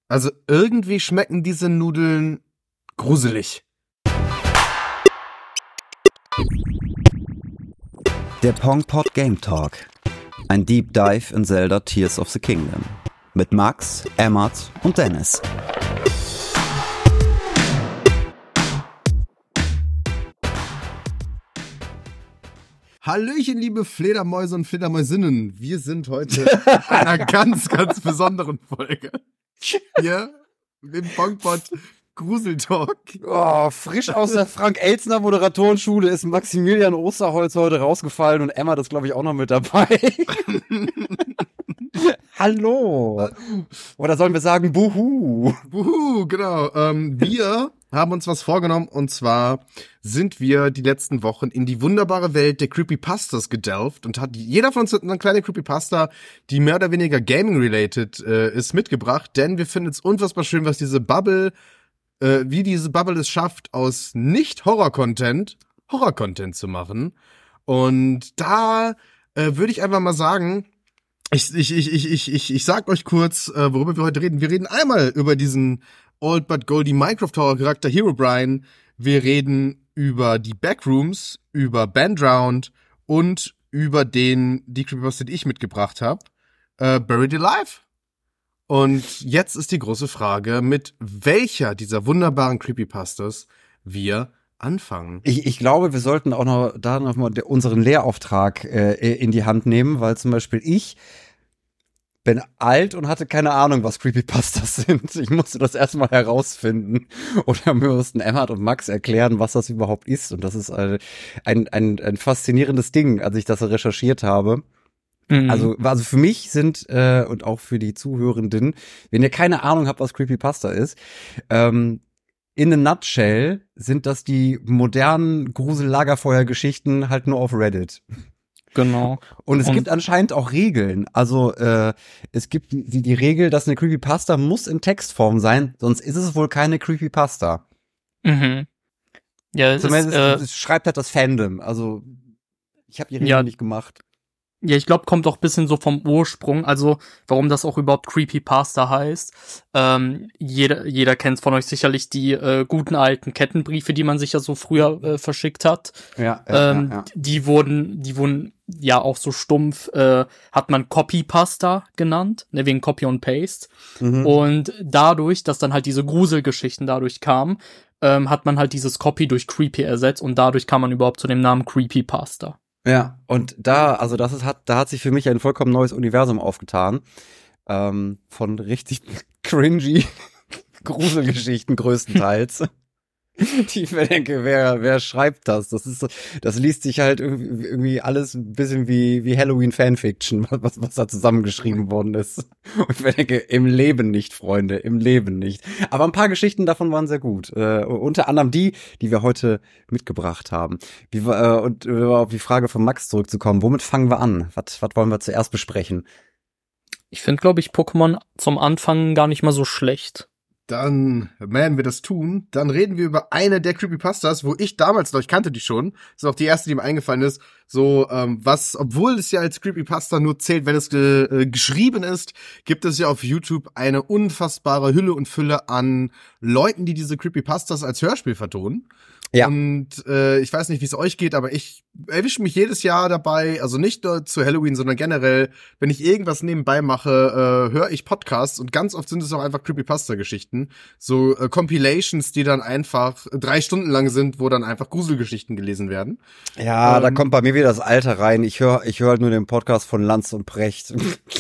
Also irgendwie schmecken diese Nudeln gruselig. Der Pongpod Game Talk. Ein Deep Dive in Zelda Tears of the Kingdom. Mit Max, Emmert und Dennis. Hallöchen, liebe Fledermäuse und Fledermäusinnen. Wir sind heute in einer ganz, ganz besonderen Folge. Hier im Pongpod Gruseltalk. Oh, frisch aus der Frank-Elzner Moderatorenschule ist Maximilian Osterholz heute rausgefallen und Emmert ist, glaube ich, auch noch mit dabei. Hallo. Oder sollen wir sagen Buhu? Buhu, genau. Wir haben uns was vorgenommen, und zwar sind wir die letzten Wochen in die wunderbare Welt der Creepypastas gedelved und hat jeder von uns hat eine kleine Creepypasta, die mehr oder weniger Gaming-related ist, mitgebracht, denn wir finden es unfassbar schön, was diese Bubble, wie diese Bubble es schafft, aus Nicht-Horror-Content Horror-Content zu machen. Und da würde ich einfach mal sagen, ich sag euch kurz, worüber wir heute reden. Wir reden einmal über diesen Old but Goldie Minecraft Horror Charakter Herobrine. Wir reden über die Backrooms, über Bandround und über die Creepypasta, die ich mitgebracht habe, Buried Alive. Und jetzt ist die große Frage, mit welcher dieser wunderbaren Creepypastas wir anfangen. Ich glaube, wir sollten auch noch mal unseren Lehrauftrag in die Hand nehmen, weil zum Beispiel ich bin alt und hatte keine Ahnung, was Creepypastas sind. Ich musste das erstmal herausfinden. Oder mir mussten Emmert und Max erklären, was das überhaupt ist. Und das ist ein faszinierendes Ding, als ich das recherchiert habe. Mhm. Also für mich sind, und auch für die Zuhörenden, wenn ihr keine Ahnung habt, was Creepypasta ist, in a nutshell sind das die modernen Grusel-Lagerfeuer-Geschichten halt nur auf Reddit. Genau. Und es gibt anscheinend auch Regeln. Also es gibt die Regel, dass eine Creepypasta muss in Textform sein, sonst ist es wohl keine Creepypasta. Mhm. Ja, zumindest es schreibt halt das Fandom. Also ich habe die Regel nicht gemacht. Ja, ich glaube, kommt auch ein bisschen so vom Ursprung, also warum das auch überhaupt Creepypasta heißt. Jeder kennt von euch sicherlich die guten alten Kettenbriefe, die man sich ja so früher verschickt hat. Ja. Die wurden ja auch so stumpf, hat man Copypasta genannt, ne, wegen Copy und Paste. Mhm. Und dadurch, dass dann halt diese Gruselgeschichten dadurch kamen, hat man halt dieses Copy durch Creepy ersetzt und dadurch kam man überhaupt zu dem Namen Creepypasta. Ja, und da hat sich für mich ein vollkommen neues Universum aufgetan. Von richtig cringy Gruselgeschichten größtenteils. Die ich mir denke, wer schreibt das? Das liest sich halt irgendwie alles ein bisschen wie Halloween-Fanfiction, was da zusammengeschrieben worden ist. Und ich mir denke, im Leben nicht, Freunde, im Leben nicht. Aber ein paar Geschichten davon waren sehr gut. Unter anderem die wir heute mitgebracht haben. Und auf die Frage von Max zurückzukommen, womit fangen wir an? Was wollen wir zuerst besprechen? Ich finde, glaube ich, Pokémon zum Anfang gar nicht mal so schlecht. Dann werden wir das tun. Dann reden wir über eine der Creepypastas, wo ich damals noch, ich kannte die schon, das ist auch die erste, die mir eingefallen ist, so, obwohl es ja als Creepypasta nur zählt, wenn es geschrieben ist, gibt es ja auf YouTube eine unfassbare Hülle und Fülle an Leuten, die diese Creepypastas als Hörspiel vertonen. Ja. Und ich weiß nicht, wie es euch geht, aber ich erwische mich jedes Jahr dabei, also nicht nur zu Halloween, sondern generell, wenn ich irgendwas nebenbei mache, höre ich Podcasts und ganz oft sind es auch einfach Creepypasta-Geschichten. So Compilations, die dann einfach 3 Stunden lang sind, wo dann einfach Gruselgeschichten gelesen werden. Ja, da kommt bei mir wieder das Alter rein. Ich höre halt nur den Podcast von Lanz und Precht.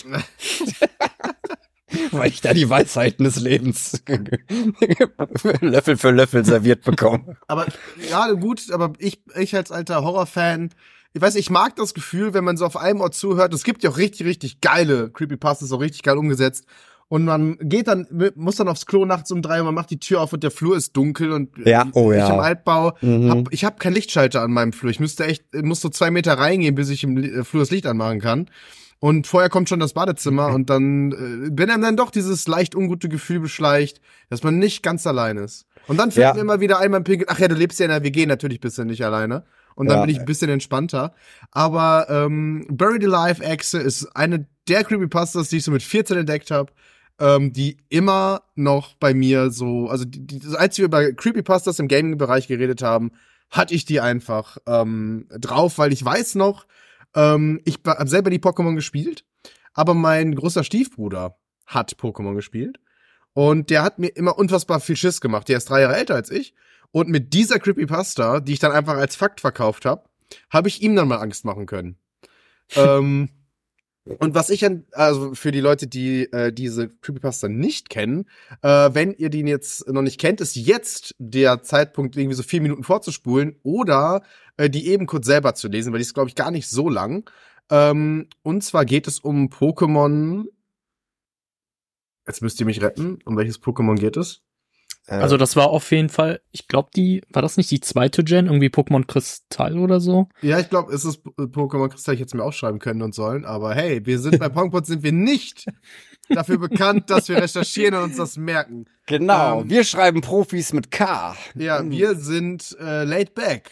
Weil ich da die Weisheiten des Lebens Löffel für Löffel serviert bekomme. Aber gerade gut, aber ich als alter Horrorfan, ich weiß, ich mag das Gefühl, wenn man so auf einem Ort zuhört. Es gibt ja auch richtig, richtig geile Creepypastas, auch richtig geil umgesetzt. Und man geht dann, muss dann aufs Klo nachts um 3 und man macht die Tür auf und der Flur ist dunkel und ich im Altbau ich hab keinen Lichtschalter an meinem Flur. Ich muss so 2 Meter reingehen, bis ich im Flur das Licht anmachen kann. Und vorher kommt schon das Badezimmer und dann bin einem dann doch dieses leicht ungute Gefühl beschleicht, dass man nicht ganz allein ist. Und dann fällt mir immer wieder ein beim Pinkeln, ach ja, du lebst ja in der WG, natürlich bist du nicht alleine. Und dann bin ich ein bisschen entspannter. Aber Buried Alive Echse ist eine der Creepypastas, die ich so mit 14 entdeckt habe. die immer noch bei mir so, also als wir über Creepypastas im Gaming-Bereich geredet haben, hatte ich die einfach drauf, weil ich weiß noch, ich habe selber die Pokémon gespielt, aber mein großer Stiefbruder hat Pokémon gespielt und der hat mir immer unfassbar viel Schiss gemacht. Der ist 3 Jahre älter als ich und mit dieser Creepypasta, die ich dann einfach als Fakt verkauft habe ich ihm dann mal Angst machen können. Und was ich also für die Leute, die diese Creepypasta nicht kennen, wenn ihr den jetzt noch nicht kennt, ist jetzt der Zeitpunkt, irgendwie so 4 Minuten vorzuspulen oder die eben kurz selber zu lesen, weil die ist, glaube ich, gar nicht so lang. Und zwar geht es um Pokémon. Jetzt müsst ihr mich retten. Um welches Pokémon geht es? Also das war auf jeden Fall, ich glaube, war das nicht die 2. Gen, irgendwie Pokémon Kristall oder so? Ja, ich glaube, es ist Pokémon Kristall, ich hätte es mir aufschreiben können und sollen, aber hey, wir sind bei Pongpod sind wir nicht dafür bekannt, dass wir recherchieren und uns das merken. Genau, wir schreiben Profis mit K. Ja, wir sind laid back.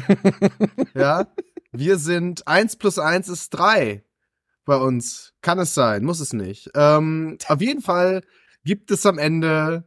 Ja, wir sind 1 + 1 ist 3 bei uns. Kann es sein, muss es nicht. Auf jeden Fall gibt es am Ende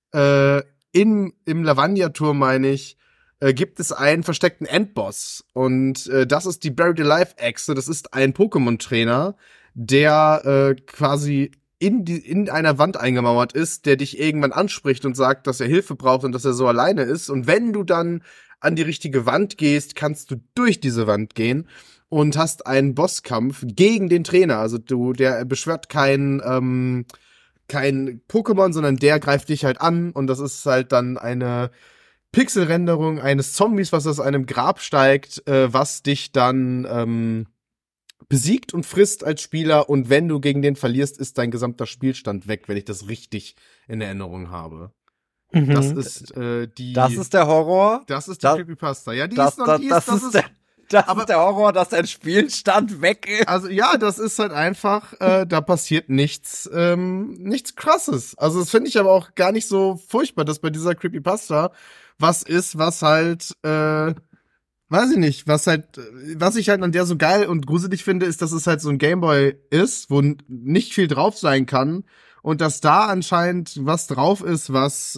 im Lavandia-Turm, meine ich, gibt es einen versteckten Endboss. Und das ist die Buried Alive-Echse. Das ist ein Pokémon-Trainer, der quasi in einer Wand eingemauert ist, der dich irgendwann anspricht und sagt, dass er Hilfe braucht und dass er so alleine ist. Und wenn du dann an die richtige Wand gehst, kannst du durch diese Wand gehen und hast einen Bosskampf gegen den Trainer. Also der beschwört kein Pokémon, sondern der greift dich halt an und das ist halt dann eine Pixelrenderung eines Zombies, was aus einem Grab steigt, was dich dann besiegt und frisst als Spieler und wenn du gegen den verlierst, ist dein gesamter Spielstand weg, wenn ich das richtig in Erinnerung habe. Mhm. Das ist Das ist der Horror. Das ist die Creepypasta. Ja, Das ist der Horror, dass dein Spielstand weg ist. Also ja, das ist halt einfach, da passiert nichts Krasses. Also das finde ich aber auch gar nicht so furchtbar, dass bei dieser Creepypasta was ist, was halt, weiß ich nicht, was ich halt an der so geil und gruselig finde, ist, dass es halt so ein Gameboy ist, wo nicht viel drauf sein kann und dass da anscheinend was drauf ist, was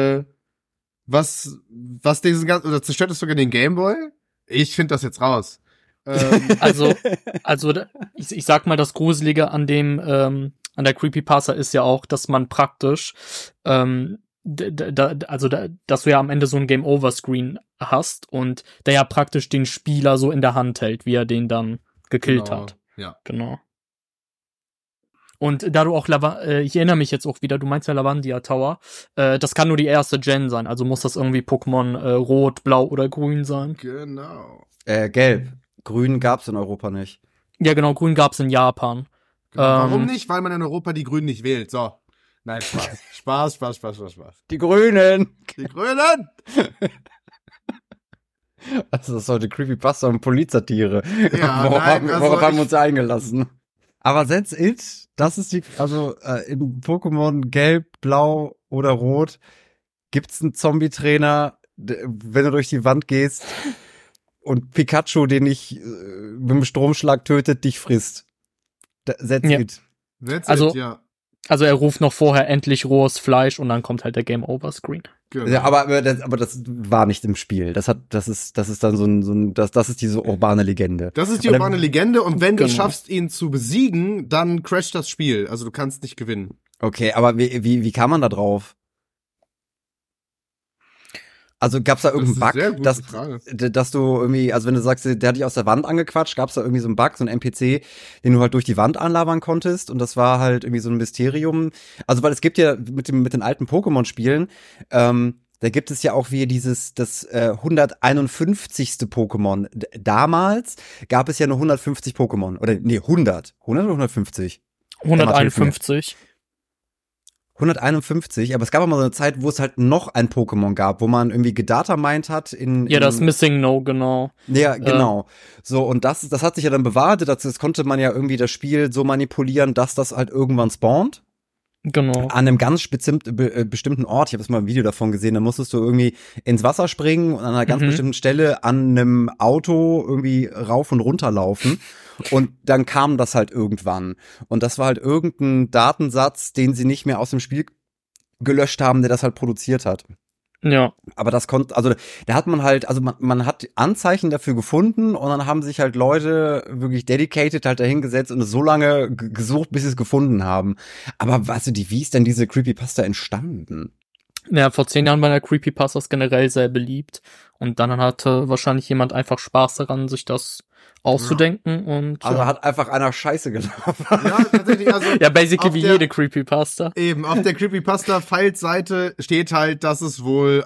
diesen ganzen, oder zerstört es sogar den Gameboy? Ich finde das jetzt raus. Also ich sag mal, das Gruselige an an der Creepypasta ist ja auch, dass man praktisch, dass du ja am Ende so ein Game-Over-Screen hast und der ja praktisch den Spieler so in der Hand hält, wie er den dann gekillt hat. Ja. Genau. Und da du auch ich erinnere mich jetzt auch wieder, du meinst ja Lavandia Tower, das kann nur die 1. Gen sein, also muss das irgendwie Pokémon Rot, Blau oder Grün sein. Genau. Gelb. Grün gab's in Europa nicht. Ja, genau, Grün gab's in Japan. Genau. Warum nicht? Weil man in Europa die Grünen nicht wählt. So. Nein, Spaß. Spaß. Die Grünen! Die Grünen! Also das ist heute Creepypasta und Polizatire. Ja, worauf haben wir uns eingelassen? Aber that's it. Das ist in Pokémon Gelb, Blau oder Rot gibt's einen Zombie-Trainer, wenn du durch die Wand gehst und Pikachu, den ich mit dem Stromschlag tötet, dich frisst. That's it. That's also, it, ja. Also er ruft noch vorher endlich rohes Fleisch und dann kommt halt der Game-Over-Screen. Genau. Ja, aber das war nicht im Spiel. Das ist dann das ist diese urbane Legende. Das ist die urbane Legende und wenn du schaffst, ihn zu besiegen, dann crasht das Spiel. Also du kannst nicht gewinnen. Okay, aber wie kam man da drauf? Also gab's da irgendeinen Bug, dass du irgendwie, also wenn du sagst, der hat dich aus der Wand angequatscht, gab's da irgendwie so einen Bug, so einen NPC, den du halt durch die Wand anlabern konntest und das war halt irgendwie so ein Mysterium. Also weil es gibt ja mit den alten Pokémon-Spielen, da gibt es ja auch wie das 151. Pokémon. Damals gab es ja nur 150 Pokémon. Oder nee, 100. 100 oder 150? 151. 151, aber es gab auch mal so eine Zeit, wo es halt noch ein Pokémon gab, wo man irgendwie gedatamined hat Ja, das Missing No, genau. Ja, genau. So, und das hat sich ja dann bewahrt, das konnte man ja irgendwie das Spiel so manipulieren, dass das halt irgendwann spawnt. Genau. An einem ganz bestimmten Ort, ich habe jetzt mal ein Video davon gesehen, da musstest du irgendwie ins Wasser springen und an einer ganz bestimmten Stelle an einem Auto irgendwie rauf und runter laufen und dann kam das halt irgendwann. Und das war halt irgendein Datensatz, den sie nicht mehr aus dem Spiel gelöscht haben, der das halt produziert hat. Ja. Aber das konnte, also da hat man halt, also man hat Anzeichen dafür gefunden und dann haben sich halt Leute wirklich dedicated halt dahingesetzt und es so lange gesucht, bis sie es gefunden haben. Aber weißt du, wie ist denn diese Creepypasta entstanden? Ja, vor 10 Jahren waren ja Creepypastas generell sehr beliebt und dann hatte wahrscheinlich jemand einfach Spaß daran, sich das auszudenken und Also hat einfach einer Scheiße gelaufen. Ja, tatsächlich, also. ja, basically auf wie der- jede Creepypasta. Eben, auf der Creepypasta-Files-Seite steht halt, dass es wohl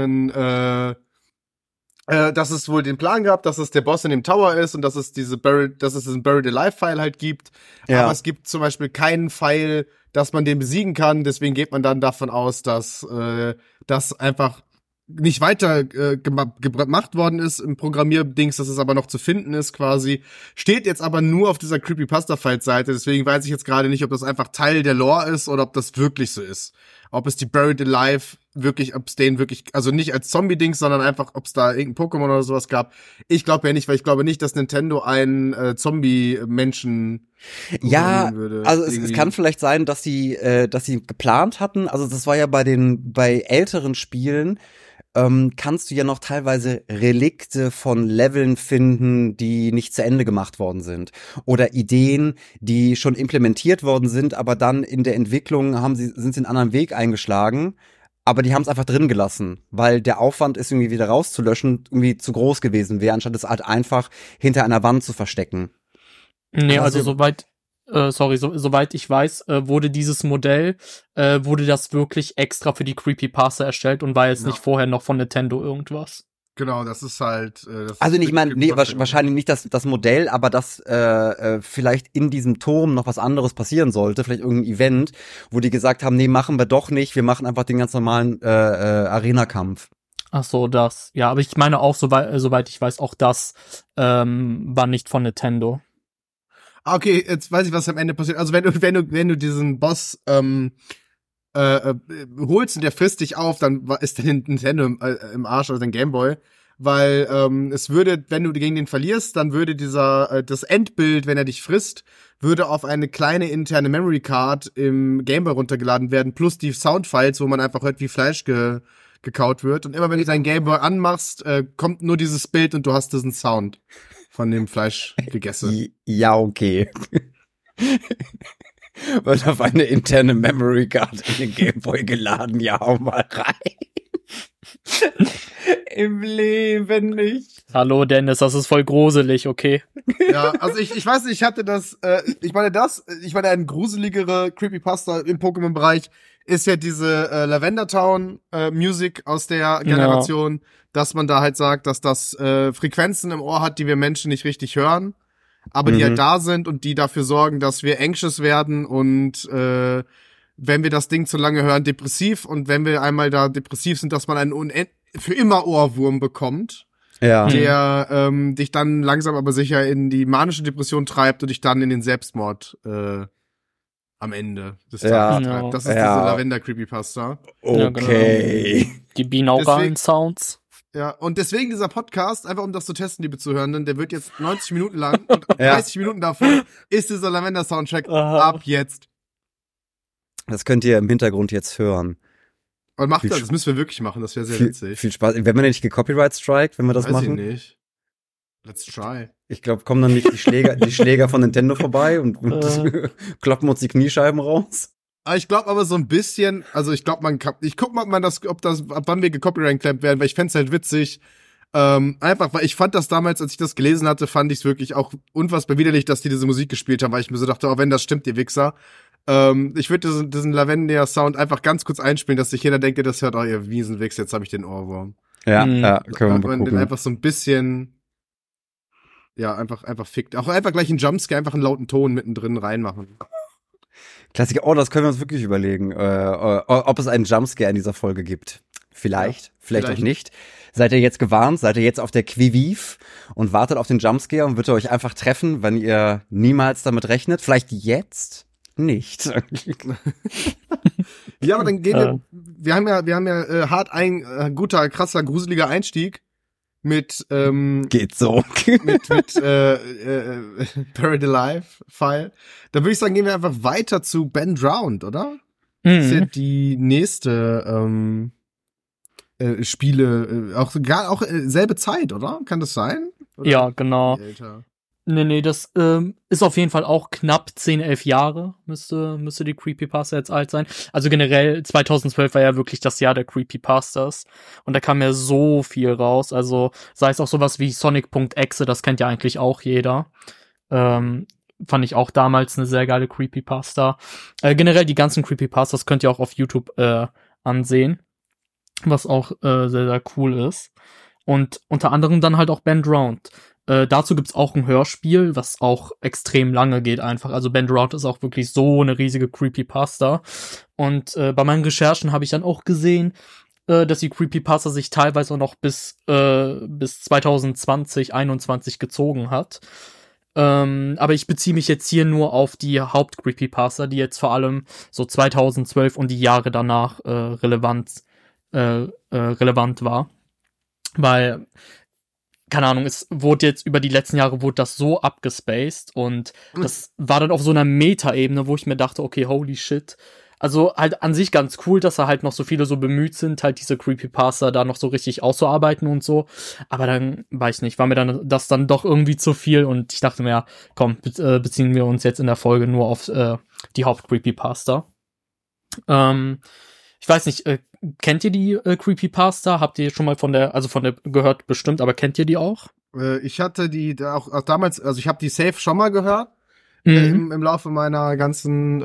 dass es wohl den Plan gab, dass es der Boss in dem Tower ist und dass es diesen Buried Alive-File halt gibt. Ja. Aber es gibt zum Beispiel keinen File, dass man den besiegen kann. Deswegen geht man dann davon aus, dass das einfach nicht weiter gemacht worden ist im Programmierdings, dass es aber noch zu finden ist quasi. Steht jetzt aber nur auf dieser Creepypasta-Files-Seite. Deswegen weiß ich jetzt gerade nicht, ob das einfach Teil der Lore ist oder ob das wirklich so ist. Ob es die Buried Alive wirklich, ob es den wirklich, also nicht als Zombie-Dings, sondern einfach, ob es da irgendein Pokémon oder sowas gab. Ich glaube ja nicht, weil ich glaube nicht, dass Nintendo einen Zombie-Menschen Ja, programmieren würde. also es Irgendwie. kann vielleicht sein, dass sie geplant hatten, also das war ja bei älteren Spielen, kannst du ja noch teilweise Relikte von Leveln finden, die nicht zu Ende gemacht worden sind. Oder Ideen, die schon implementiert worden sind, aber dann in der Entwicklung sind sie einen anderen Weg eingeschlagen. Aber die haben es einfach drin gelassen, weil der Aufwand ist irgendwie wieder rauszulöschen irgendwie zu groß gewesen wäre, anstatt es halt einfach hinter einer Wand zu verstecken. Nee, Also- also soweit ich weiß, wurde dieses Modell, wurde das wirklich extra für die Creepypasta erstellt und war jetzt Ja. nicht vorher noch von Nintendo irgendwas. Genau, das ist halt. Also ich meine, wahrscheinlich nicht das Modell, aber dass vielleicht in diesem Turm noch was anderes passieren sollte, vielleicht irgendein Event, wo die gesagt haben, nee, machen wir doch nicht, wir machen einfach den ganz normalen Arena-Kampf. Ach so, das. Ja, aber ich meine auch, soweit ich weiß, auch das war nicht von Nintendo. Okay, jetzt weiß ich, was am Ende passiert. Also wenn du diesen Boss holst und der frisst dich auf, dann ist der Nintendo im Arsch, also dein Gameboy. Weil es würde, wenn du gegen den verlierst, dann würde das Endbild, wenn er dich frisst, würde auf eine kleine interne Memory Card im Gameboy runtergeladen werden, plus die Soundfiles, wo man einfach hört, wie Fleisch gekaut wird. Und immer wenn du deinen Gameboy anmachst, kommt nur dieses Bild und du hast diesen Sound von dem Fleisch gegessen. Ja, okay. Wird auf eine interne Memory Card in den Gameboy geladen, ja, hau mal rein. Im Leben nicht. Hallo Dennis, das ist voll gruselig, okay? Ja, also ich weiß nicht, ich hatte ich meine, eine gruseligere Creepypasta im Pokémon-Bereich ist ja diese Lavender Town Music aus der Generation, dass man da halt sagt, dass das Frequenzen im Ohr hat, die wir Menschen nicht richtig hören, aber die halt da sind und die dafür sorgen, dass wir anxious werden und wenn wir das Ding zu lange hören, depressiv und wenn wir einmal da depressiv sind, dass man einen für immer Ohrwurm bekommt. Ja. Der dich dann langsam aber sicher in die manische Depression treibt und dich dann in den Selbstmord am Ende des Tages Ja. treibt. Das ist Ja. diese Lavender-Creepypasta. Okay. Die binauralen Deswegen- Sounds. Ja, und deswegen dieser Podcast, einfach um das zu testen, liebe Zuhörenden, der wird jetzt 90 Minuten lang und Ja. 30 Minuten davon ist dieser Lavender-Soundtrack Aha. ab jetzt. Das könnt ihr im Hintergrund jetzt hören. Und macht Viel das müssen wir wirklich machen, das wäre sehr Viel, witzig. viel Spaß. Wenn man nicht gecopyright strikt, wenn wir das Weiß machen. ich nicht. Let's try. Ich glaube, kommen dann nicht die Schläger von Nintendo vorbei und kloppen uns die Kniescheiben raus. Aber ich glaube aber so ein bisschen, also ich glaube, ich guck mal, ab wann wir gecopyright-claimed werden, weil ich fänd's halt witzig. Einfach, weil ich fand das damals, als ich das gelesen hatte, fand ich es wirklich auch unfassbar widerlich, dass die diese Musik gespielt haben, weil ich mir so dachte, oh, wenn das stimmt, ihr Wichser. Ich würde diesen Lavender-Sound einfach ganz kurz einspielen, dass sich jeder denkt, das hört, oh, ihr Wiesenwichs, jetzt habe ich den Ohrwurm. Ja, Mhm. ja, können wir Man mal den gucken. einfach so ein bisschen, ja, einfach fickt. Auch einfach gleich einen Jumpscare, einfach einen lauten Ton mittendrin reinmachen. Klassiker, oh, das können wir uns wirklich überlegen, ob es einen Jumpscare in dieser Folge gibt. Vielleicht, vielleicht auch nicht. Seid ihr jetzt gewarnt? Seid ihr jetzt auf der Qui-Vive und wartet auf den Jumpscare und wird er euch einfach treffen, wenn ihr niemals damit rechnet? Vielleicht jetzt? nicht. Ja, aber dann gehen wir haben ja guter, krasser, gruseliger Einstieg mit Geht so. mit Buried Alive File. Dann würde ich sagen, gehen wir einfach weiter zu Ben Drowned, oder? Das ist ja die nächste Spiele, auch selbe Zeit, oder? Kann das sein? Oder Ja, genau. älter? Nee, das ist auf jeden Fall auch knapp 10, 11 Jahre müsste die Creepypasta jetzt alt sein. Also generell 2012 war ja wirklich das Jahr der Creepypastas und da kam ja so viel raus. Also sei es auch sowas wie Sonic.exe, das kennt ja eigentlich auch jeder. Fand ich auch damals eine sehr geile Creepypasta. Generell die ganzen Creepypastas könnt ihr auch auf YouTube ansehen, was auch sehr, sehr cool ist. Und unter anderem dann halt auch Ben Drowned. Dazu gibt's auch ein Hörspiel, was auch extrem lange geht einfach. Also Ben Drowned ist auch wirklich so eine riesige Creepypasta. Und bei meinen Recherchen habe ich dann auch gesehen, dass die Creepypasta sich teilweise noch bis 2020, 21 gezogen hat. Aber ich beziehe mich jetzt hier nur auf die Haupt-Creepypasta, die jetzt vor allem so 2012 und die Jahre danach relevant war. Weil, keine Ahnung, es wurde jetzt über die letzten Jahre wurde das so abgespaced und das war dann auf so einer Meta-Ebene, wo ich mir dachte, okay, holy shit. Also halt an sich ganz cool, dass da halt noch so viele so bemüht sind, halt diese Creepypasta da noch so richtig auszuarbeiten und so. Aber dann, weiß ich nicht, war mir dann das dann doch irgendwie zu viel und ich dachte mir, ja, komm, beziehen wir uns jetzt in der Folge nur auf die Haupt-Creepypasta. Ich weiß nicht, kennt ihr die Creepypasta? Habt ihr schon mal von der gehört bestimmt, aber kennt ihr die auch? Ich hatte die auch damals, also ich habe die safe schon mal gehört. Im Laufe meiner ganzen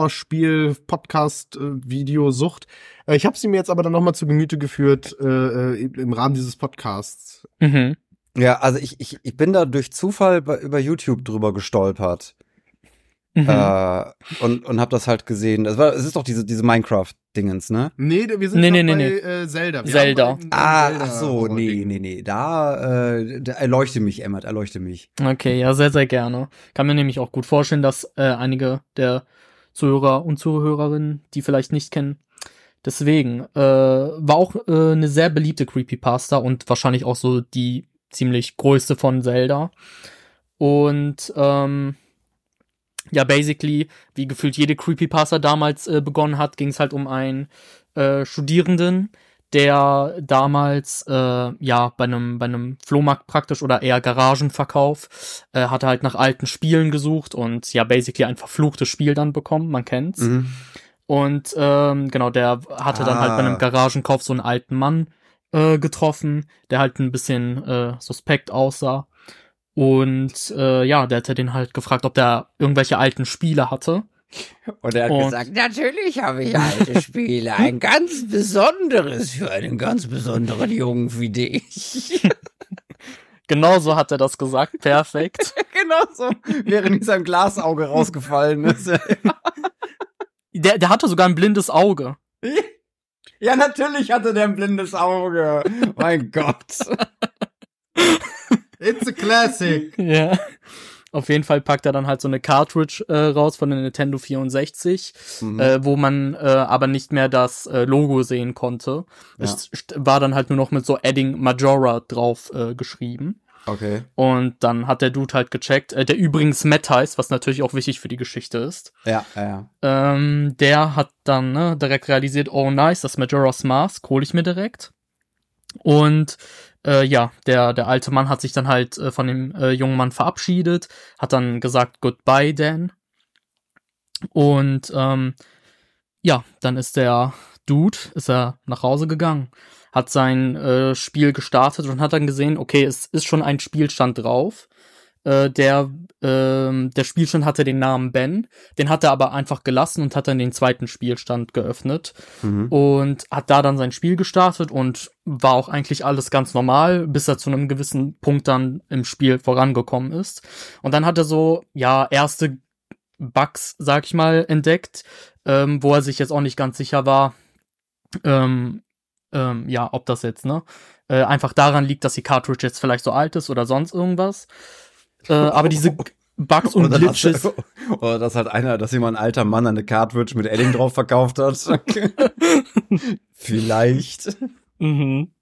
Horrorspiel-Podcast-Videosucht. Ich habe sie mir jetzt aber dann nochmal zu Gemüte geführt im Rahmen dieses Podcasts. Mhm. Ja, also ich bin da durch Zufall über YouTube drüber gestolpert. Und hab das halt gesehen. Es ist doch diese Minecraft-Dingens, ne? Nee, wir sind bei Zelda. Zelda. Ach so, nee. Da erleuchte mich, Emmert, erleuchte mich. Okay, ja, sehr, sehr gerne. Kann mir nämlich auch gut vorstellen, dass einige der Zuhörer und Zuhörerinnen die vielleicht nicht kennen. Deswegen war auch eine sehr beliebte Creepypasta und wahrscheinlich auch so die ziemlich größte von Zelda. Und ja, basically, wie gefühlt jede Creepypasta damals begonnen hat, ging es halt um einen Studierenden, der damals bei einem Flohmarkt praktisch oder eher Garagenverkauf hatte halt nach alten Spielen gesucht und ja, basically ein verfluchtes Spiel dann bekommen, man kennt's. Und genau, der hatte dann halt bei einem Garagenkauf so einen alten Mann getroffen, der halt ein bisschen suspekt aussah. Und der hat den halt gefragt, ob der irgendwelche alten Spiele hatte. Und er hat gesagt, natürlich habe ich alte Spiele. Ein ganz besonderes für einen ganz besonderen Jungen wie dich. Genau so hat er das gesagt, perfekt. Genau so, während ihm sein Glasauge rausgefallen ist. Der hatte sogar ein blindes Auge. Ja, natürlich hatte der ein blindes Auge. Mein Gott. It's a classic. Ja. Auf jeden Fall packt er dann halt so eine Cartridge raus von der Nintendo 64, wo man aber nicht mehr das Logo sehen konnte. Ja. Es war dann halt nur noch mit so Adding Majora drauf geschrieben. Okay. Und dann hat der Dude halt gecheckt, der übrigens Matt heißt, was natürlich auch wichtig für die Geschichte ist. Ja. Der hat dann direkt realisiert, oh nice, das Majora's Mask hole ich mir direkt. Und der alte Mann hat sich dann halt von dem jungen Mann verabschiedet, hat dann gesagt, goodbye, Dan. Und dann ist der Dude, ist er nach Hause gegangen, hat sein Spiel gestartet und hat dann gesehen, okay, es ist schon ein Spielstand drauf. Der Spielstand hatte den Namen Ben, den hat er aber einfach gelassen und hat dann den zweiten Spielstand geöffnet und hat da dann sein Spiel gestartet und war auch eigentlich alles ganz normal, bis er zu einem gewissen Punkt dann im Spiel vorangekommen ist. Und dann hat er so, erste Bugs, sag ich mal, entdeckt, wo er sich jetzt auch nicht ganz sicher war, ob das jetzt, einfach daran liegt, dass die Cartridge jetzt vielleicht so alt ist oder sonst irgendwas. Aber diese Bugs und Glitches. Oder dass jemand ein alter Mann eine Cartridge mit Edding drauf verkauft hat. Vielleicht. Mhm.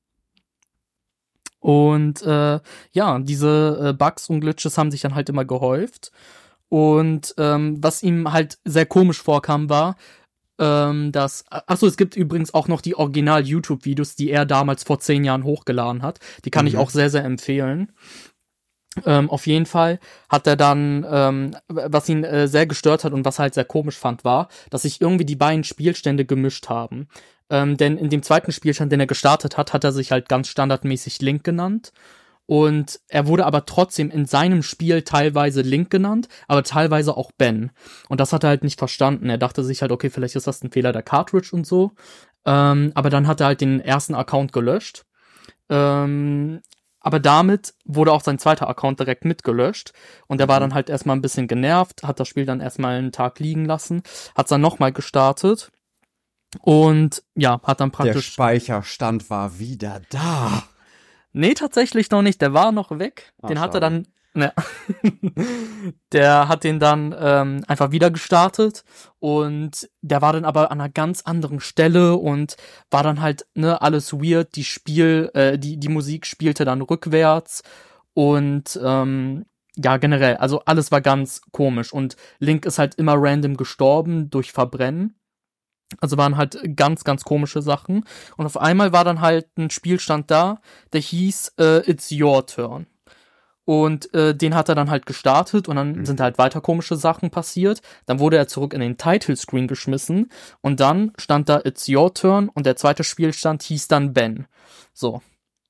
Und ja, diese Bugs und Glitches haben sich dann halt immer gehäuft. Und was ihm halt sehr komisch vorkam, war, es gibt übrigens auch noch die Original-YouTube-Videos, die er damals vor 10 Jahren hochgeladen hat. Die kann ich auch sehr, sehr empfehlen. Auf jeden Fall hat er dann, was ihn sehr gestört hat und was er halt sehr komisch fand, war, dass sich irgendwie die beiden Spielstände gemischt haben. Denn in dem zweiten Spielstand, den er gestartet hat, hat er sich halt ganz standardmäßig Link genannt. Und er wurde aber trotzdem in seinem Spiel teilweise Link genannt, aber teilweise auch Ben. Und das hat er halt nicht verstanden. Er dachte sich halt, okay, vielleicht ist das ein Fehler der Cartridge und so. Aber dann hat er halt den ersten Account gelöscht. Aber damit wurde auch sein zweiter Account direkt mitgelöscht. Und er war dann halt erstmal ein bisschen genervt, hat das Spiel dann erstmal einen Tag liegen lassen, hat es dann nochmal gestartet. Und ja, hat dann praktisch... Der Speicherstand war wieder da. Nee, tatsächlich noch nicht. Der war noch weg. Den hat er dann... Ne. Der hat den dann einfach wieder gestartet. Und der war dann aber an einer ganz anderen Stelle und war dann halt, alles weird. Die Musik spielte dann rückwärts. Und ja, generell, also alles war ganz komisch. Und Link ist halt immer random gestorben durch Verbrennen. Also waren halt ganz, ganz komische Sachen. Und auf einmal war dann halt ein Spielstand da, der hieß It's Your Turn. Und den hat er dann halt gestartet und dann sind halt weiter komische Sachen passiert. Dann wurde er zurück in den Title-Screen geschmissen und dann stand da It's Your Turn und der zweite Spielstand hieß dann Ben. So.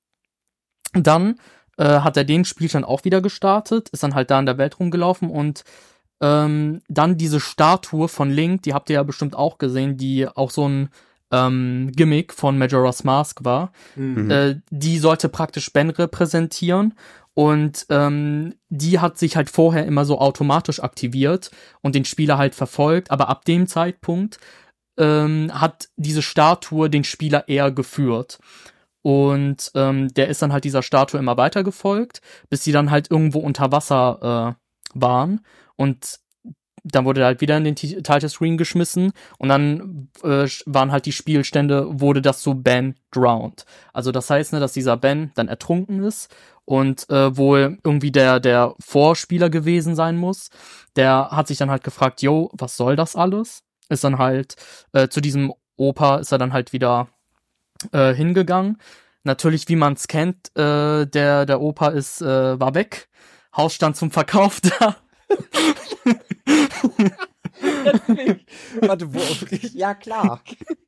Dann hat er den Spielstand auch wieder gestartet, ist dann halt da in der Welt rumgelaufen und dann diese Statue von Link, die habt ihr ja bestimmt auch gesehen, die auch so ein Gimmick von Majora's Mask war. Die sollte praktisch Ben repräsentieren und die hat sich halt vorher immer so automatisch aktiviert und den Spieler halt verfolgt, aber ab dem Zeitpunkt hat diese Statue den Spieler eher geführt. Und der ist dann halt dieser Statue immer weiter gefolgt, bis sie dann halt irgendwo unter Wasser waren. Und dann wurde er halt wieder in den Title Screen geschmissen und dann waren halt die Spielstände, wurde das so Ben drowned. Also das heißt, dass dieser Ben dann ertrunken ist und wohl irgendwie der Vorspieler gewesen sein muss. Der hat sich dann halt gefragt, yo, was soll das alles? Ist dann halt zu diesem Opa ist er dann halt wieder hingegangen. Natürlich, wie man es kennt, der Opa war weg. Haus stand zum Verkauf da. Warte, ja klar.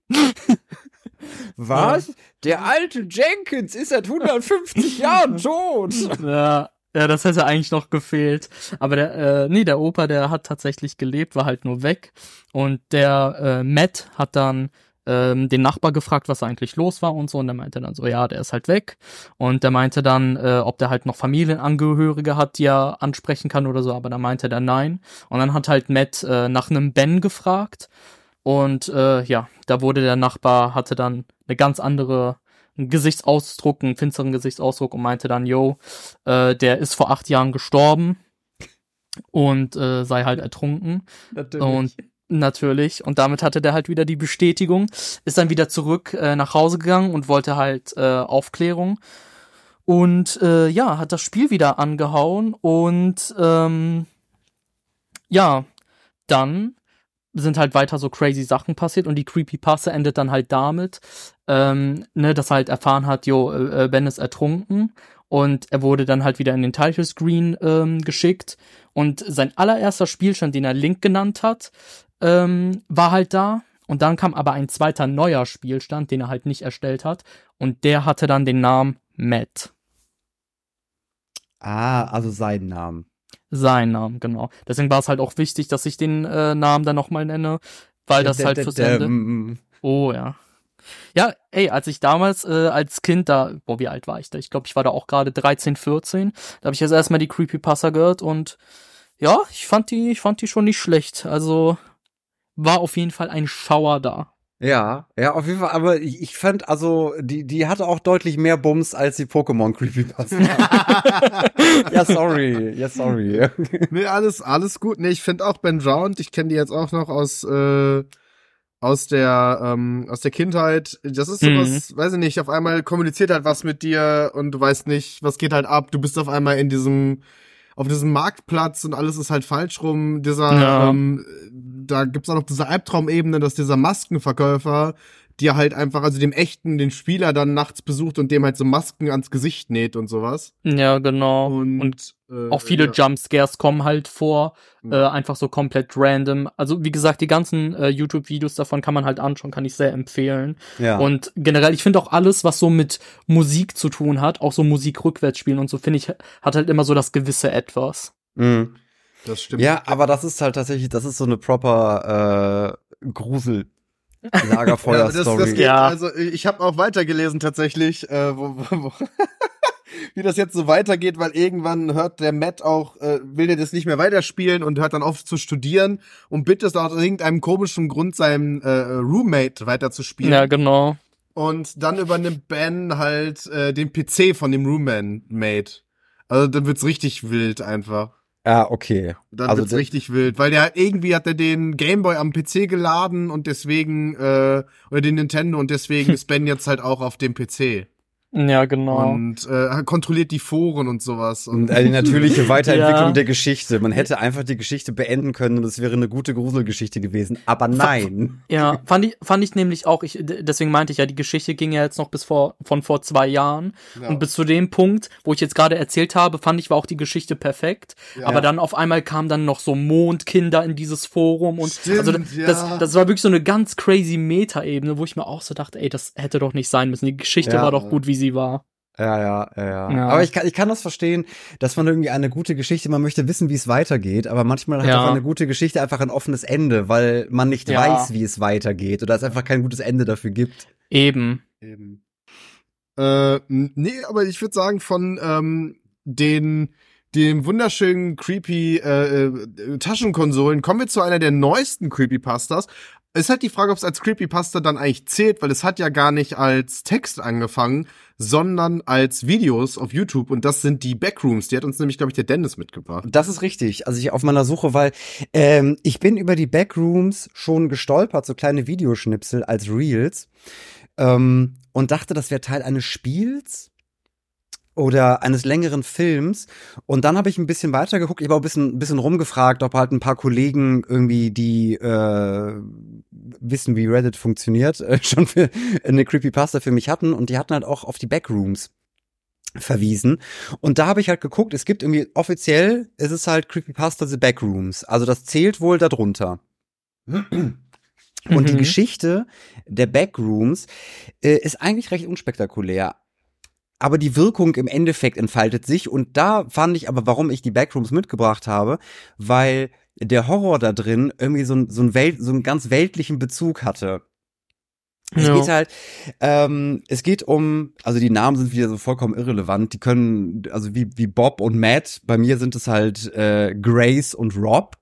Was? Der alte Jenkins ist seit 150 Jahren tot. Ja, das hätte eigentlich noch gefehlt. Aber der Opa, der hat tatsächlich gelebt, war halt nur weg. Und der Matt hat dann den Nachbar gefragt, was eigentlich los war und so. Und der meinte dann so, ja, der ist halt weg. Und der meinte dann, ob der halt noch Familienangehörige hat, die er ansprechen kann oder so. Aber da meinte der nein. Und dann hat halt Matt nach einem Ben gefragt. Und ja, da wurde der Nachbar, hatte dann eine ganz andere Gesichtsausdruck, einen finsteren Gesichtsausdruck und meinte dann, yo, der ist vor 8 Jahren gestorben und sei halt ertrunken. Natürlich. Und damit hatte der halt wieder die Bestätigung, ist dann wieder zurück nach Hause gegangen und wollte halt Aufklärung. Und ja, hat das Spiel wieder angehauen und ja, dann sind halt weiter so crazy Sachen passiert und die Creepypasta endet dann halt damit, dass er halt erfahren hat, Ben ist ertrunken und er wurde dann halt wieder in den Title Screen geschickt und sein allererster Spielstand, den er Link genannt hat, war halt da und dann kam aber ein zweiter neuer Spielstand, den er halt nicht erstellt hat und der hatte dann den Namen Matt. Ah, also seinen Namen. Sein Namen, genau. Deswegen war es halt auch wichtig, dass ich den Namen dann nochmal nenne, weil das halt fürs Ende... Oh, ja. Ja, ey, als ich damals als Kind da... Boah, wie alt war ich da? Ich glaube, ich war da auch gerade 13, 14. Da habe ich jetzt erstmal die Creepypasta gehört und ja, ich fand die schon nicht schlecht. Also war auf jeden Fall ein Schauer da. Ja, auf jeden Fall, aber ich fand, also, die hatte auch deutlich mehr Bums als die Pokémon Creepypasta. Ja, sorry. Nee, alles gut. Nee, ich finde auch Ben Drowned, ich kenne die jetzt auch noch aus der Kindheit. Das ist sowas, weiß ich nicht, auf einmal kommuniziert halt was mit dir und du weißt nicht, was geht halt ab. Du bist auf einmal auf diesem Marktplatz und alles ist halt falsch rum. Da gibt's auch noch diese Albtraumebene, dass dieser Maskenverkäufer dir halt einfach, also den Spieler dann nachts besucht und dem halt so Masken ans Gesicht näht und sowas. Ja, genau. Und auch viele Jumpscares kommen halt vor, einfach so komplett random. Also wie gesagt, die ganzen YouTube-Videos davon kann man halt anschauen, kann ich sehr empfehlen. Ja. Und generell, ich finde auch alles, was so mit Musik zu tun hat, auch so Musik rückwärts spielen und so, finde ich, hat halt immer so das gewisse Etwas. Mhm. Das stimmt. Ja, aber das ist halt tatsächlich, das ist so eine proper Grusel. Lagerfeuer-Story. Ja. Also ich habe auch weitergelesen tatsächlich, wie das jetzt so weitergeht, weil irgendwann hört der Matt auch, will der das nicht mehr weiterspielen und hört dann auf zu studieren und bittet aus irgendeinem komischen Grund seinem Roommate weiterzuspielen. Ja, genau. Und dann übernimmt Ben halt den PC von dem Roommate. Also dann wird's richtig wild einfach. Ja, okay. Dann wird's richtig wild, weil irgendwie hat er den Gameboy am PC geladen und deswegen, oder den Nintendo und deswegen ist Ben jetzt halt auch auf dem PC. Ja, genau. Und kontrolliert die Foren und sowas. Und eine natürliche Weiterentwicklung der Geschichte. Man hätte einfach die Geschichte beenden können und es wäre eine gute Gruselgeschichte gewesen. Aber nein. Ja, fand ich nämlich auch, deswegen meinte ich ja, die Geschichte ging ja jetzt noch von vor 2 Jahren. Ja. Und bis zu dem Punkt, wo ich jetzt gerade erzählt habe, fand ich, war auch die Geschichte perfekt. Ja. Aber dann auf einmal kamen dann noch so Mondkinder in dieses Forum und stimmt, also das war wirklich so eine ganz crazy Meta-Ebene, wo ich mir auch so dachte, ey, das hätte doch nicht sein müssen. Die Geschichte war doch gut, wie sie war. Ja. Aber ich kann das verstehen, dass man irgendwie eine gute Geschichte, man möchte wissen, wie es weitergeht, aber manchmal hat auch eine gute Geschichte einfach ein offenes Ende, weil man nicht weiß, wie es weitergeht oder es einfach kein gutes Ende dafür gibt. Eben. Nee, aber ich würde sagen, von dem wunderschönen creepy Taschenkonsolen kommen wir zu einer der neuesten Creepypastas. Es ist halt die Frage, ob es als Creepypasta dann eigentlich zählt, weil es hat ja gar nicht als Text angefangen, sondern als Videos auf YouTube und das sind die Backrooms. Die hat uns nämlich, glaube ich, der Dennis mitgebracht. Das ist richtig. Also ich auf meiner Suche, weil ich bin über die Backrooms schon gestolpert, so kleine Videoschnipsel als Reels und dachte, das wäre Teil eines Spiels oder eines längeren Films. Und dann habe ich ein bisschen weitergeguckt. Ich habe auch ein bisschen rumgefragt, ob halt ein paar Kollegen irgendwie, die wissen, wie Reddit funktioniert, schon für eine Creepypasta für mich hatten. Und die hatten halt auch auf die Backrooms verwiesen. Und da habe ich halt geguckt, es gibt irgendwie offiziell, ist es halt Creepypasta The Backrooms. Also das zählt wohl darunter. Und die Geschichte der Backrooms ist eigentlich recht unspektakulär. Aber die Wirkung im Endeffekt entfaltet sich und da fand ich aber, warum ich die Backrooms mitgebracht habe, weil der Horror da drin irgendwie so einen ganz weltlichen Bezug hatte. Es geht halt, es geht um, also die Namen sind wieder so vollkommen irrelevant, die können, also wie Bob und Matt, bei mir sind es halt Grace und Rob,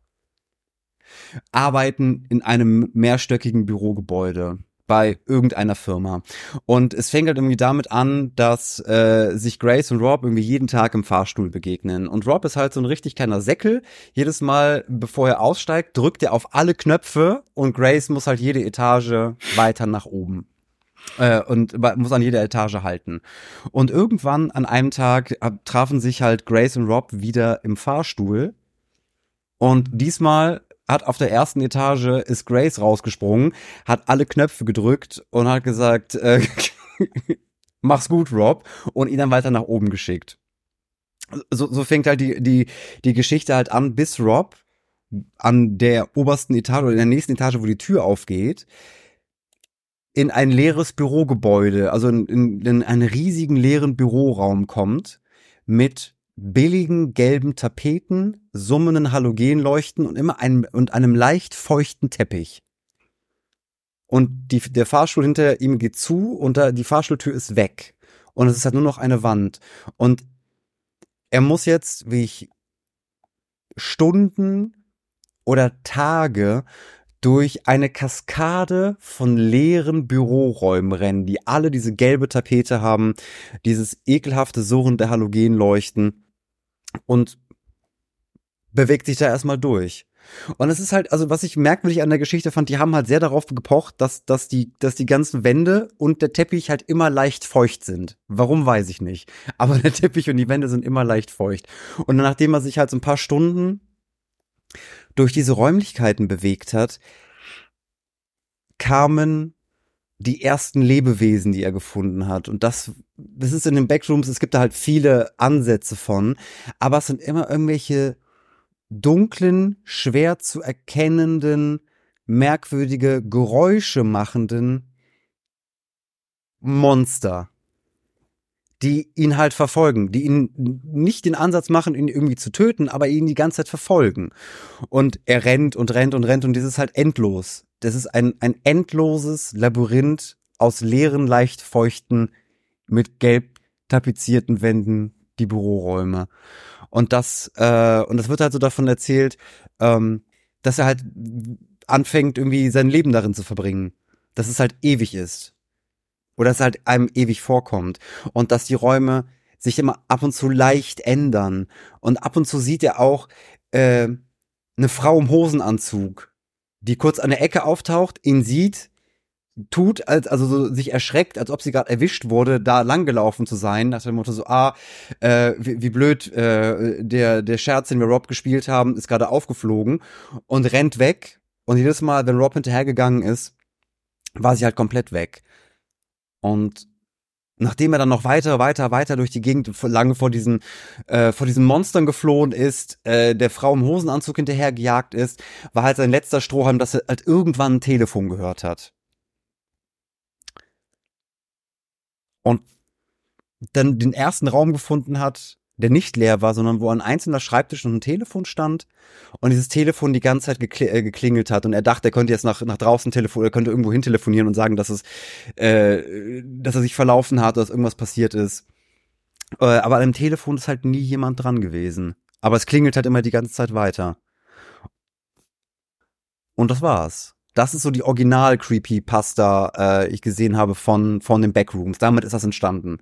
arbeiten in einem mehrstöckigen Bürogebäude bei irgendeiner Firma. Und es fängt halt irgendwie damit an, dass sich Grace und Rob irgendwie jeden Tag im Fahrstuhl begegnen. Und Rob ist halt so ein richtig kleiner Säckel. Jedes Mal, bevor er aussteigt, drückt er auf alle Knöpfe und Grace muss halt jede Etage weiter nach oben. Und muss an jeder Etage halten. Und irgendwann an einem Tag trafen sich halt Grace und Rob wieder im Fahrstuhl. Und diesmal hat auf der ersten Etage ist Grace rausgesprungen, hat alle Knöpfe gedrückt und hat gesagt, mach's gut, Rob, und ihn dann weiter nach oben geschickt. So fängt halt die Geschichte halt an, bis Rob an der obersten Etage oder in der nächsten Etage, wo die Tür aufgeht, in ein leeres Bürogebäude, also in einen riesigen leeren Büroraum kommt mit billigen gelben Tapeten, summenden Halogenleuchten und einem leicht feuchten Teppich. Und der Fahrstuhl hinter ihm geht zu und die Fahrstuhltür ist weg. Und es ist halt nur noch eine Wand. Und er muss jetzt, wie ich Stunden oder Tage durch eine Kaskade von leeren Büroräumen rennen, die alle diese gelbe Tapete haben, dieses ekelhafte surrende Halogenleuchten und bewegt sich da erstmal durch. Und es ist halt, also was ich merkwürdig an der Geschichte fand, die haben halt sehr darauf gepocht, dass die ganzen Wände und der Teppich halt immer leicht feucht sind. Warum, weiß ich nicht. Aber der Teppich und die Wände sind immer leicht feucht. Und nachdem er sich halt so ein paar Stunden durch diese Räumlichkeiten bewegt hat, kamen die ersten Lebewesen, die er gefunden hat. Und das ist in den Backrooms, es gibt da halt viele Ansätze von, aber es sind immer irgendwelche dunklen, schwer zu erkennenden, merkwürdige, Geräusche machenden Monster, die ihn halt verfolgen, die ihn nicht den Ansatz machen, ihn irgendwie zu töten, aber ihn die ganze Zeit verfolgen. Und er rennt und rennt und rennt und das ist halt endlos. Das ist ein endloses Labyrinth aus leeren, leicht feuchten, mit gelb tapezierten Wänden, die Büroräume. Und das wird halt so davon erzählt, dass er halt anfängt, irgendwie sein Leben darin zu verbringen. Dass es halt ewig ist. Oder dass es halt einem ewig vorkommt. Und dass die Räume sich immer ab und zu leicht ändern. Und ab und zu sieht er auch eine Frau im Hosenanzug, die kurz an der Ecke auftaucht, ihn sieht, also so sich erschreckt, als ob sie gerade erwischt wurde, da langgelaufen zu sein, nach dem Motto so, wie blöd, der Scherz, den wir Rob gespielt haben, ist gerade aufgeflogen und rennt weg. Und jedes Mal, wenn Rob hinterhergegangen ist, war sie halt komplett weg. Und nachdem er dann noch weiter durch die Gegend lange vor diesen Monstern geflohen ist, der Frau im Hosenanzug hinterher gejagt ist, war halt sein letzter Strohhalm, dass er halt irgendwann ein Telefon gehört hat. Und dann den ersten Raum gefunden hat, der nicht leer war, sondern wo ein einzelner Schreibtisch und ein Telefon stand und dieses Telefon die ganze Zeit geklingelt hat und er dachte, er könnte jetzt nach draußen telefonieren, er könnte irgendwo hin telefonieren und sagen, dass er sich verlaufen hat, dass irgendwas passiert ist. Aber an dem Telefon ist halt nie jemand dran gewesen. Aber es klingelt halt immer die ganze Zeit weiter. Und das war's. Das ist so die Original-Creepypasta, ich gesehen habe von den Backrooms. Damit ist das entstanden.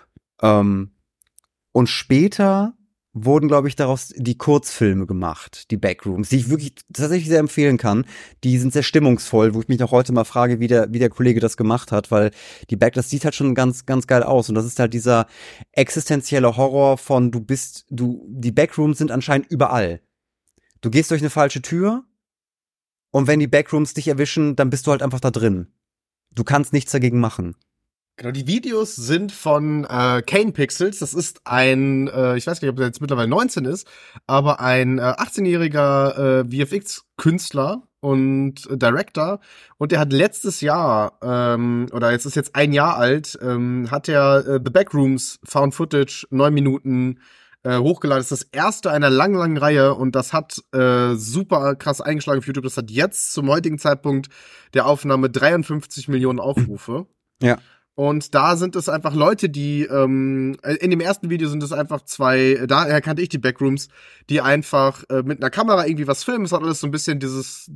Und später wurden, glaube ich, daraus die Kurzfilme gemacht, die Backrooms, die ich wirklich tatsächlich sehr empfehlen kann. Die sind sehr stimmungsvoll, wo ich mich noch heute mal frage, wie der Kollege das gemacht hat, weil das sieht halt schon ganz, ganz geil aus. Und das ist halt dieser existenzielle Horror von die Backrooms sind anscheinend überall. Du gehst durch eine falsche Tür und wenn die Backrooms dich erwischen, dann bist du halt einfach da drin. Du kannst nichts dagegen machen. Genau, die Videos sind von Kane Pixels. Das ist ein, ich weiß nicht, ob er jetzt mittlerweile 19 ist, aber ein 18-jähriger VFX-Künstler und Director. Und der hat letztes Jahr, oder jetzt ist jetzt ein Jahr alt, hat er The Backrooms Found Footage 9 Minuten hochgeladen. Das ist das erste einer langen Reihe und das hat super krass eingeschlagen auf YouTube. Das hat jetzt zum heutigen Zeitpunkt der Aufnahme 53 Millionen Aufrufe. Ja. Und da sind es einfach Leute, die in dem ersten Video sind es einfach zwei, da erkannte ich die Backrooms, die einfach mit einer Kamera irgendwie was filmen. Es hat alles so ein bisschen dieses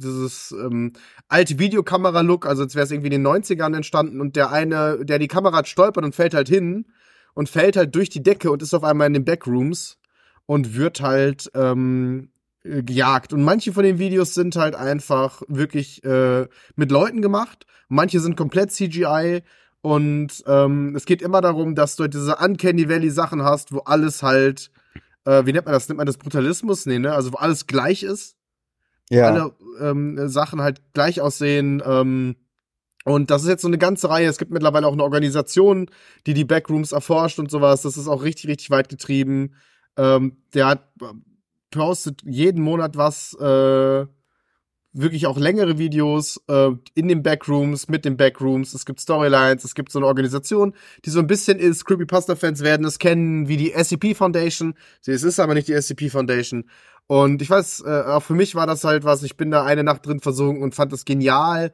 alte Videokamera-Look, also als wäre es irgendwie in den 90ern entstanden und der eine, der die Kamera hat, stolpert und fällt halt hin und fällt halt durch die Decke und ist auf einmal in den Backrooms und wird halt gejagt. Und manche von den Videos sind halt einfach wirklich mit Leuten gemacht, manche sind komplett CGI. Und es geht immer darum, dass du halt diese Uncanny Valley Sachen hast, wo alles halt, wie nennt man das? Nennt man das Brutalismus? Nee, ne? Also wo alles gleich ist. Ja. Alle Sachen halt gleich aussehen. Und das ist jetzt so eine ganze Reihe. Es gibt mittlerweile auch eine Organisation, die Backrooms erforscht und sowas. Das ist auch richtig, richtig weit getrieben. Der postet jeden Monat was, wirklich auch längere Videos in den Backrooms, mit den Backrooms. Es gibt Storylines, es gibt so eine Organisation, die so ein bisschen ist. Creepypasta-Fans werden es kennen, wie die SCP Foundation. Es ist aber nicht die SCP Foundation. Und ich weiß, auch für mich war das halt was, ich bin da eine Nacht drin versunken und fand das genial.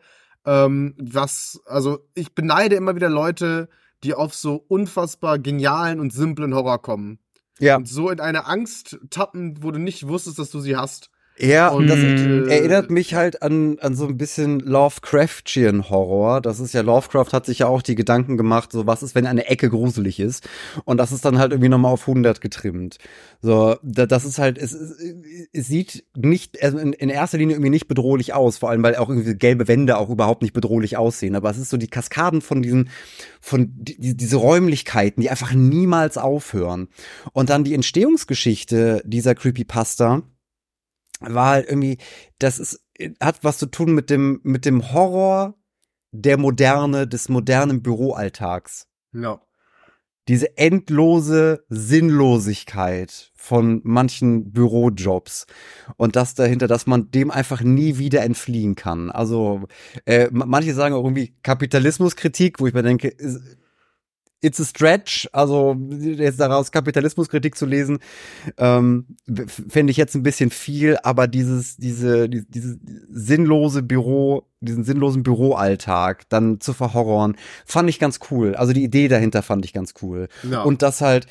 Also ich beneide immer wieder Leute, die auf so unfassbar genialen und simplen Horror kommen. Ja. Und so in eine Angst tappen, wo du nicht wusstest, dass du sie hast. Ja, Und, das erinnert mich halt an so ein bisschen Lovecraftian Horror. Das ist ja, Lovecraft hat sich ja auch die Gedanken gemacht, so was ist, wenn eine Ecke gruselig ist. Und das ist dann halt irgendwie nochmal auf 100 getrimmt. So, das ist halt, es sieht nicht, also in erster Linie irgendwie nicht bedrohlich aus, vor allem, weil auch irgendwie gelbe Wände auch überhaupt nicht bedrohlich aussehen. Aber es ist so die Kaskaden von diese Räumlichkeiten, die einfach niemals aufhören. Und dann die Entstehungsgeschichte dieser Creepypasta war halt irgendwie, hat was zu tun mit dem Horror des modernen Büroalltags. ja. Diese endlose Sinnlosigkeit von manchen Bürojobs und das dahinter, dass man dem einfach nie wieder entfliehen kann. Also manche sagen auch irgendwie Kapitalismuskritik, wo ich mir denke, it's a stretch, also jetzt daraus Kapitalismuskritik zu lesen, fände ich jetzt ein bisschen viel, aber dieses sinnlosen Büroalltag dann zu verhorrorn, fand ich ganz cool. Also die Idee dahinter fand ich ganz cool. Ja. Und das halt,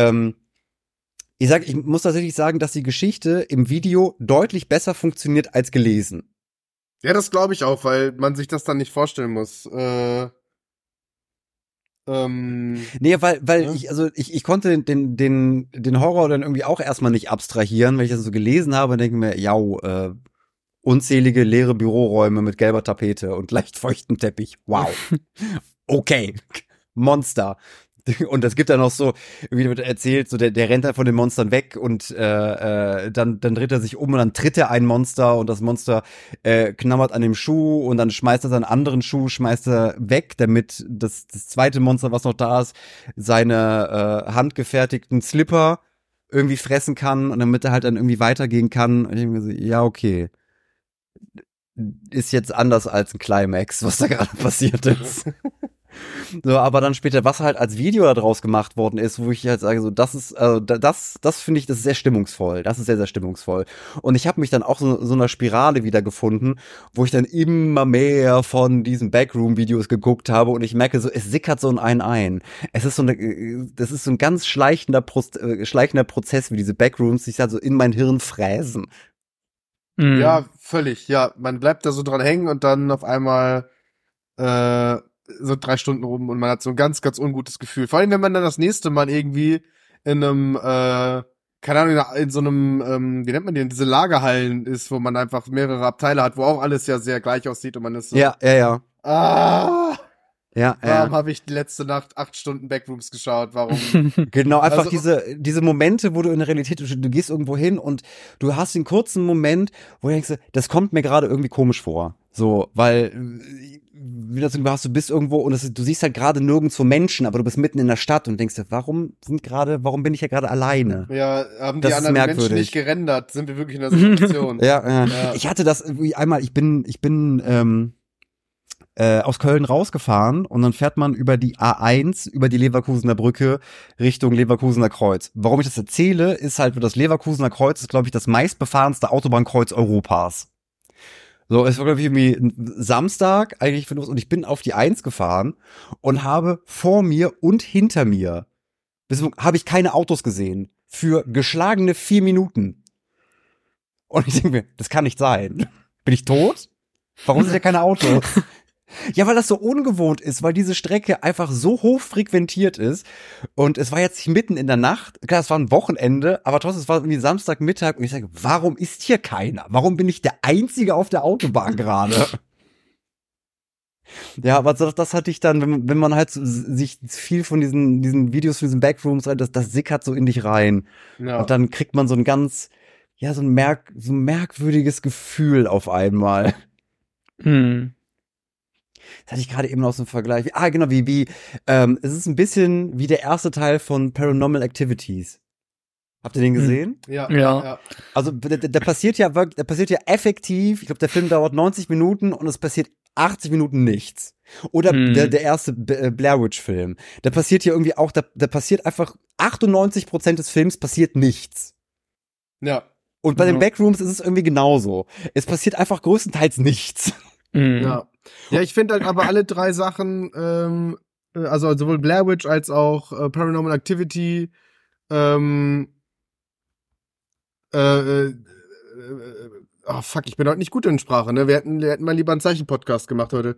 ich muss tatsächlich sagen, dass die Geschichte im Video deutlich besser funktioniert als gelesen. Ja, das glaube ich auch, weil man sich das dann nicht vorstellen muss. Nee, weil ja. ich konnte den Horror dann irgendwie auch erstmal nicht abstrahieren, weil ich das so gelesen habe und denke mir, ja, unzählige leere Büroräume mit gelber Tapete und leicht feuchtem Teppich. Wow. Okay. Monster. Und es gibt dann noch so, wie wird erzählt, so der rennt dann von den Monstern weg und dann dreht er sich um und dann tritt er ein Monster und das Monster knabbert an dem Schuh und dann schmeißt er seinen anderen Schuh, schmeißt er weg, damit das zweite Monster, was noch da ist, seine handgefertigten Slipper irgendwie fressen kann und damit er halt dann irgendwie weitergehen kann. Und ich denke mir so, ja, okay. Ist jetzt anders als ein Climax, was da gerade passiert ist. So, aber dann später, was halt als Video daraus gemacht worden ist, wo ich halt sage, so, das ist, das finde ich, das ist sehr stimmungsvoll. Das ist sehr, sehr stimmungsvoll. Und ich habe mich dann auch so einer Spirale wiedergefunden, wo ich dann immer mehr von diesen Backroom-Videos geguckt habe und ich merke so, es sickert so in einen ein. Es ist das ist so ein ganz schleichender Prozess, wie diese Backrooms sich halt so in mein Hirn fräsen. Ja, völlig. Ja, man bleibt da so dran hängen und dann auf einmal so 3 Stunden rum und man hat so ein ganz, ganz ungutes Gefühl. Vor allem, wenn man dann das nächste Mal irgendwie in einem, keine Ahnung, in so einem, wie nennt man den, diese Lagerhallen ist, wo man einfach mehrere Abteile hat, wo auch alles ja sehr gleich aussieht und man ist so, Ja. Warum habe ich die letzte Nacht 8 Stunden Backrooms geschaut? Warum? Genau, einfach Also- diese Momente, wo du in der Realität, du gehst irgendwo hin und du hast den kurzen Moment, wo du denkst, das kommt mir gerade irgendwie komisch vor. So, weil, wie das irgendwie hast, du bist irgendwo und du siehst halt gerade nirgendwo Menschen, aber du bist mitten in der Stadt und denkst dir, warum bin ich ja gerade alleine? Ja, haben Das die ist anderen Menschen merkwürdig. nicht gerendert? Sind wir wirklich in der Situation? Ja. Ja. Ich hatte das irgendwie einmal, ich bin aus Köln rausgefahren und dann fährt man über die A1, über die Leverkusener Brücke Richtung Leverkusener Kreuz. Warum ich das erzähle, ist halt, das Leverkusener Kreuz ist, glaube ich, das meistbefahrenste Autobahnkreuz Europas. So, es war, glaube ich, irgendwie ein Samstag, eigentlich, und ich bin auf die 1 gefahren und habe vor mir und hinter mir, habe ich keine Autos gesehen. Für geschlagene 4 Minuten. Und ich denke mir, das kann nicht sein. Bin ich tot? Warum sind ja keine Autos? Ja, weil das so ungewohnt ist, weil diese Strecke einfach so hoch frequentiert ist. Und es war jetzt nicht mitten in der Nacht. Klar, es war ein Wochenende, aber trotzdem, es war irgendwie Samstagmittag. Und ich sage, warum ist hier keiner? Warum bin ich der Einzige auf der Autobahn gerade? Ja, aber das hatte ich dann, wenn man halt sich viel von diesen Videos, von diesen Backrooms, das sickert so in dich rein. Ja. Und dann kriegt man so ein ganz, ja, so ein merkwürdiges Gefühl auf einmal. Das hatte ich gerade eben noch so einen Vergleich. Genau, es ist ein bisschen wie der erste Teil von Paranormal Activities. Habt ihr den gesehen? Ja. Also, der passiert ja effektiv, ich glaube, der Film dauert 90 Minuten und es passiert 80 Minuten nichts. Oder der erste Blair Witch Film. Da passiert hier irgendwie auch, da passiert einfach 98% des Films passiert nichts. Ja. Und bei den Backrooms ist es irgendwie genauso. Es passiert einfach größtenteils nichts. Ja. Ja, ich finde halt aber alle 3 Sachen, also sowohl Blair Witch als auch Paranormal Activity, oh fuck, ich bin heute nicht gut in Sprache, ne? Wir hätten mal lieber einen Zeichenpodcast gemacht heute.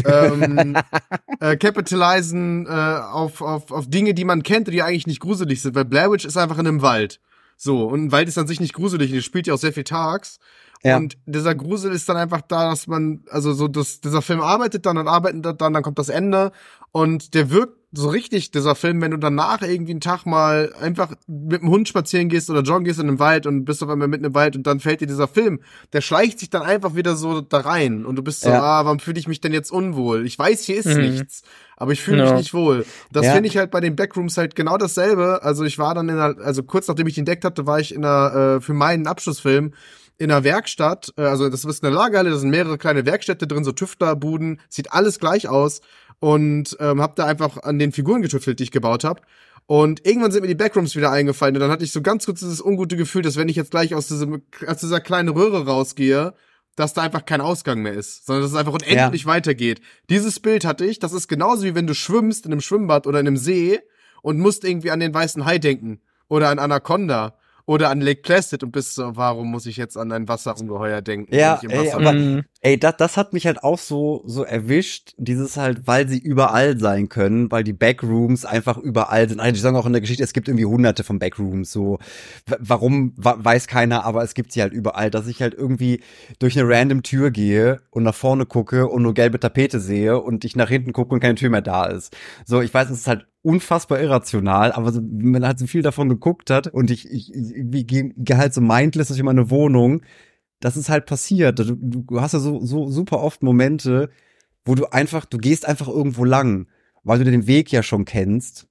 Capitalisen auf Dinge, die man kennt und die eigentlich nicht gruselig sind, weil Blair Witch ist einfach in einem Wald. So, und ein Wald ist an sich nicht gruselig, und spielt ja auch sehr viel tags. Ja. Und dieser Grusel ist dann einfach da, dass man, also so, dieser Film arbeitet dann und arbeitet dann kommt das Ende und der wirkt so richtig, dieser Film, wenn du danach irgendwie einen Tag mal einfach mit dem Hund spazieren gehst oder joggen gehst in den Wald und bist auf einmal mitten im Wald und dann fällt dir dieser Film, der schleicht sich dann einfach wieder so da rein und du bist so, warum fühle ich mich denn jetzt unwohl? Ich weiß, hier ist nichts, aber ich fühle mich nicht wohl. Das finde ich halt bei den Backrooms halt genau dasselbe. Also ich war dann also kurz nachdem ich ihn entdeckt hatte, war ich für meinen Abschlussfilm in einer Werkstatt, also das ist eine Lagerhalle, da sind mehrere kleine Werkstätte drin, so Tüftlerbuden, sieht alles gleich aus und hab da einfach an den Figuren getüftelt, die ich gebaut habe. Und irgendwann sind mir die Backrooms wieder eingefallen und dann hatte ich so ganz kurz dieses ungute Gefühl, dass wenn ich jetzt gleich aus dieser kleinen Röhre rausgehe, dass da einfach kein Ausgang mehr ist, sondern dass es einfach unendlich weitergeht. Dieses Bild hatte ich, das ist genauso wie wenn du schwimmst in einem Schwimmbad oder in einem See und musst irgendwie an den weißen Hai denken oder an Anaconda. Oder an Lake Placid und bist so, warum muss ich jetzt an ein Wasserungeheuer denken? Ja, das hat mich halt auch so erwischt, dieses halt, weil sie überall sein können, weil die Backrooms einfach überall sind. Die sagen auch in der Geschichte, es gibt irgendwie hunderte von Backrooms, so. Warum, weiß keiner, aber es gibt sie halt überall, dass ich halt irgendwie durch eine random Tür gehe und nach vorne gucke und nur gelbe Tapete sehe und ich nach hinten gucke und keine Tür mehr da ist. So, ich weiß, es ist halt unfassbar irrational, aber so, wenn man halt so viel davon geguckt hat und ich gehe halt so mindless durch meine Wohnung, das ist halt passiert. Du hast ja so super oft Momente, wo du gehst einfach irgendwo lang, weil du den Weg ja schon kennst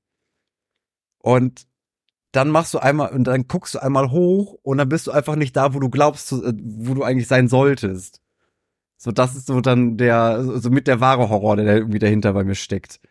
und dann dann guckst du einmal hoch und dann bist du einfach nicht da, wo du glaubst, wo du eigentlich sein solltest. So, das ist so dann so mit der wahre Horror, der irgendwie dahinter bei mir steckt.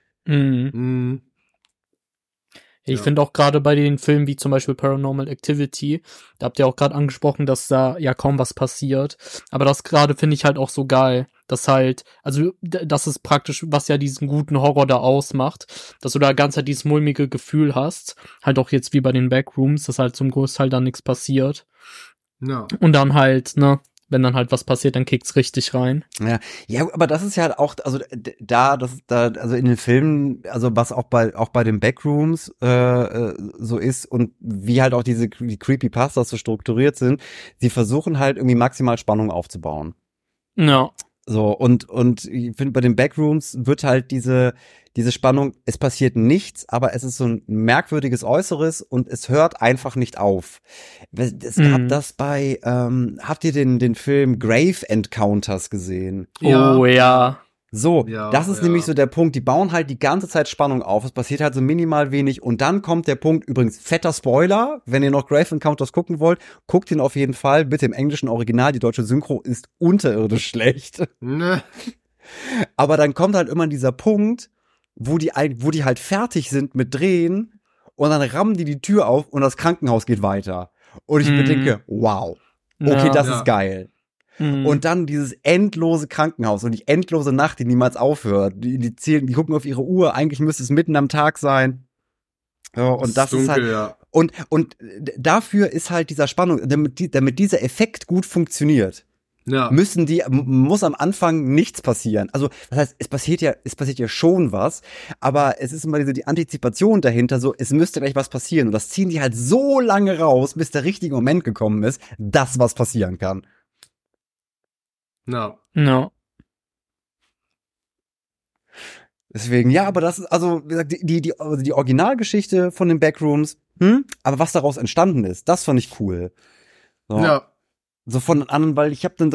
Ich finde auch gerade bei den Filmen wie zum Beispiel Paranormal Activity, da habt ihr auch gerade angesprochen, dass da ja kaum was passiert. Aber das gerade finde ich halt auch so geil, dass halt, also das ist praktisch, was ja diesen guten Horror da ausmacht, dass du da ganz halt dieses mulmige Gefühl hast, halt auch jetzt wie bei den Backrooms, dass halt zum Großteil dann nichts passiert. Ja. Und dann halt, ne, wenn dann halt was passiert, dann kickt's richtig rein. Ja, aber das ist ja halt auch, also also in den Filmen, also was auch bei den Backrooms so ist und wie halt auch die Creepypastas so strukturiert sind, sie versuchen halt irgendwie maximal Spannung aufzubauen. Ja. So, und ich finde, bei den Backrooms wird halt diese Spannung, es passiert nichts, aber es ist so ein merkwürdiges Äußeres und es hört einfach nicht auf. Es gab das bei, habt ihr den Film Grave Encounters gesehen? Ja. Oh ja. So, das ist nämlich so der Punkt, die bauen halt die ganze Zeit Spannung auf, es passiert halt so minimal wenig und dann kommt der Punkt, übrigens fetter Spoiler, wenn ihr noch Grave Encounters gucken wollt, guckt ihn auf jeden Fall, bitte im englischen Original, die deutsche Synchro ist unterirdisch schlecht. Ne. Aber dann kommt halt immer dieser Punkt, wo die halt fertig sind mit Drehen und dann rammen die Tür auf und das Krankenhaus geht weiter. Und ich mir denke, wow, okay, das ist geil. Und dann dieses endlose Krankenhaus und die endlose Nacht, die niemals aufhört. Die gucken auf ihre Uhr, eigentlich müsste es mitten am Tag sein. Ja, und das ist dunkel, halt, und dafür ist halt dieser Spannung, damit dieser Effekt gut funktioniert. Ja. Muss am Anfang nichts passieren. Also, das heißt, es passiert ja schon was, aber es ist immer die Antizipation dahinter, so, es müsste gleich was passieren. Und das ziehen die halt so lange raus, bis der richtige Moment gekommen ist, dass was passieren kann. No. Deswegen, ja, aber das ist, also, wie gesagt, die Originalgeschichte von den Backrooms, aber was daraus entstanden ist, das fand ich cool. So. Ja. So von anderen, weil ich habe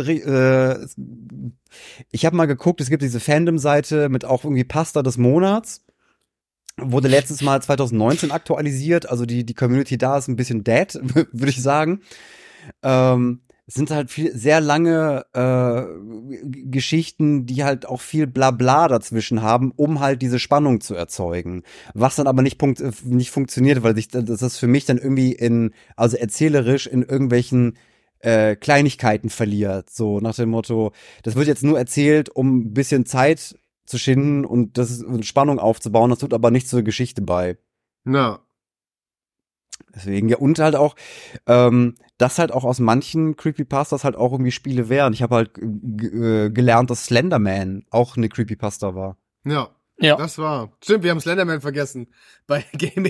mal geguckt, es gibt diese Fandom-Seite mit auch irgendwie Pasta des Monats. Wurde letztes Mal 2019 aktualisiert, also die Community da ist ein bisschen dead, würde ich sagen. Es sind halt sehr lange Geschichten, die halt auch viel Blabla dazwischen haben, um halt diese Spannung zu erzeugen. Was dann aber nicht funktioniert, weil das für mich dann irgendwie also erzählerisch in irgendwelchen Kleinigkeiten verliert. So nach dem Motto, das wird jetzt nur erzählt, um ein bisschen Zeit zu schinden und Spannung aufzubauen, das tut aber nicht zur Geschichte bei. Ja. Deswegen, ja, und halt auch, dass halt auch aus manchen Creepypastas halt auch irgendwie Spiele wären. Ich habe halt gelernt, dass Slenderman auch eine Creepypasta war. Ja. Ja. Das war. Stimmt, wir haben Slenderman vergessen. Bei Gaming.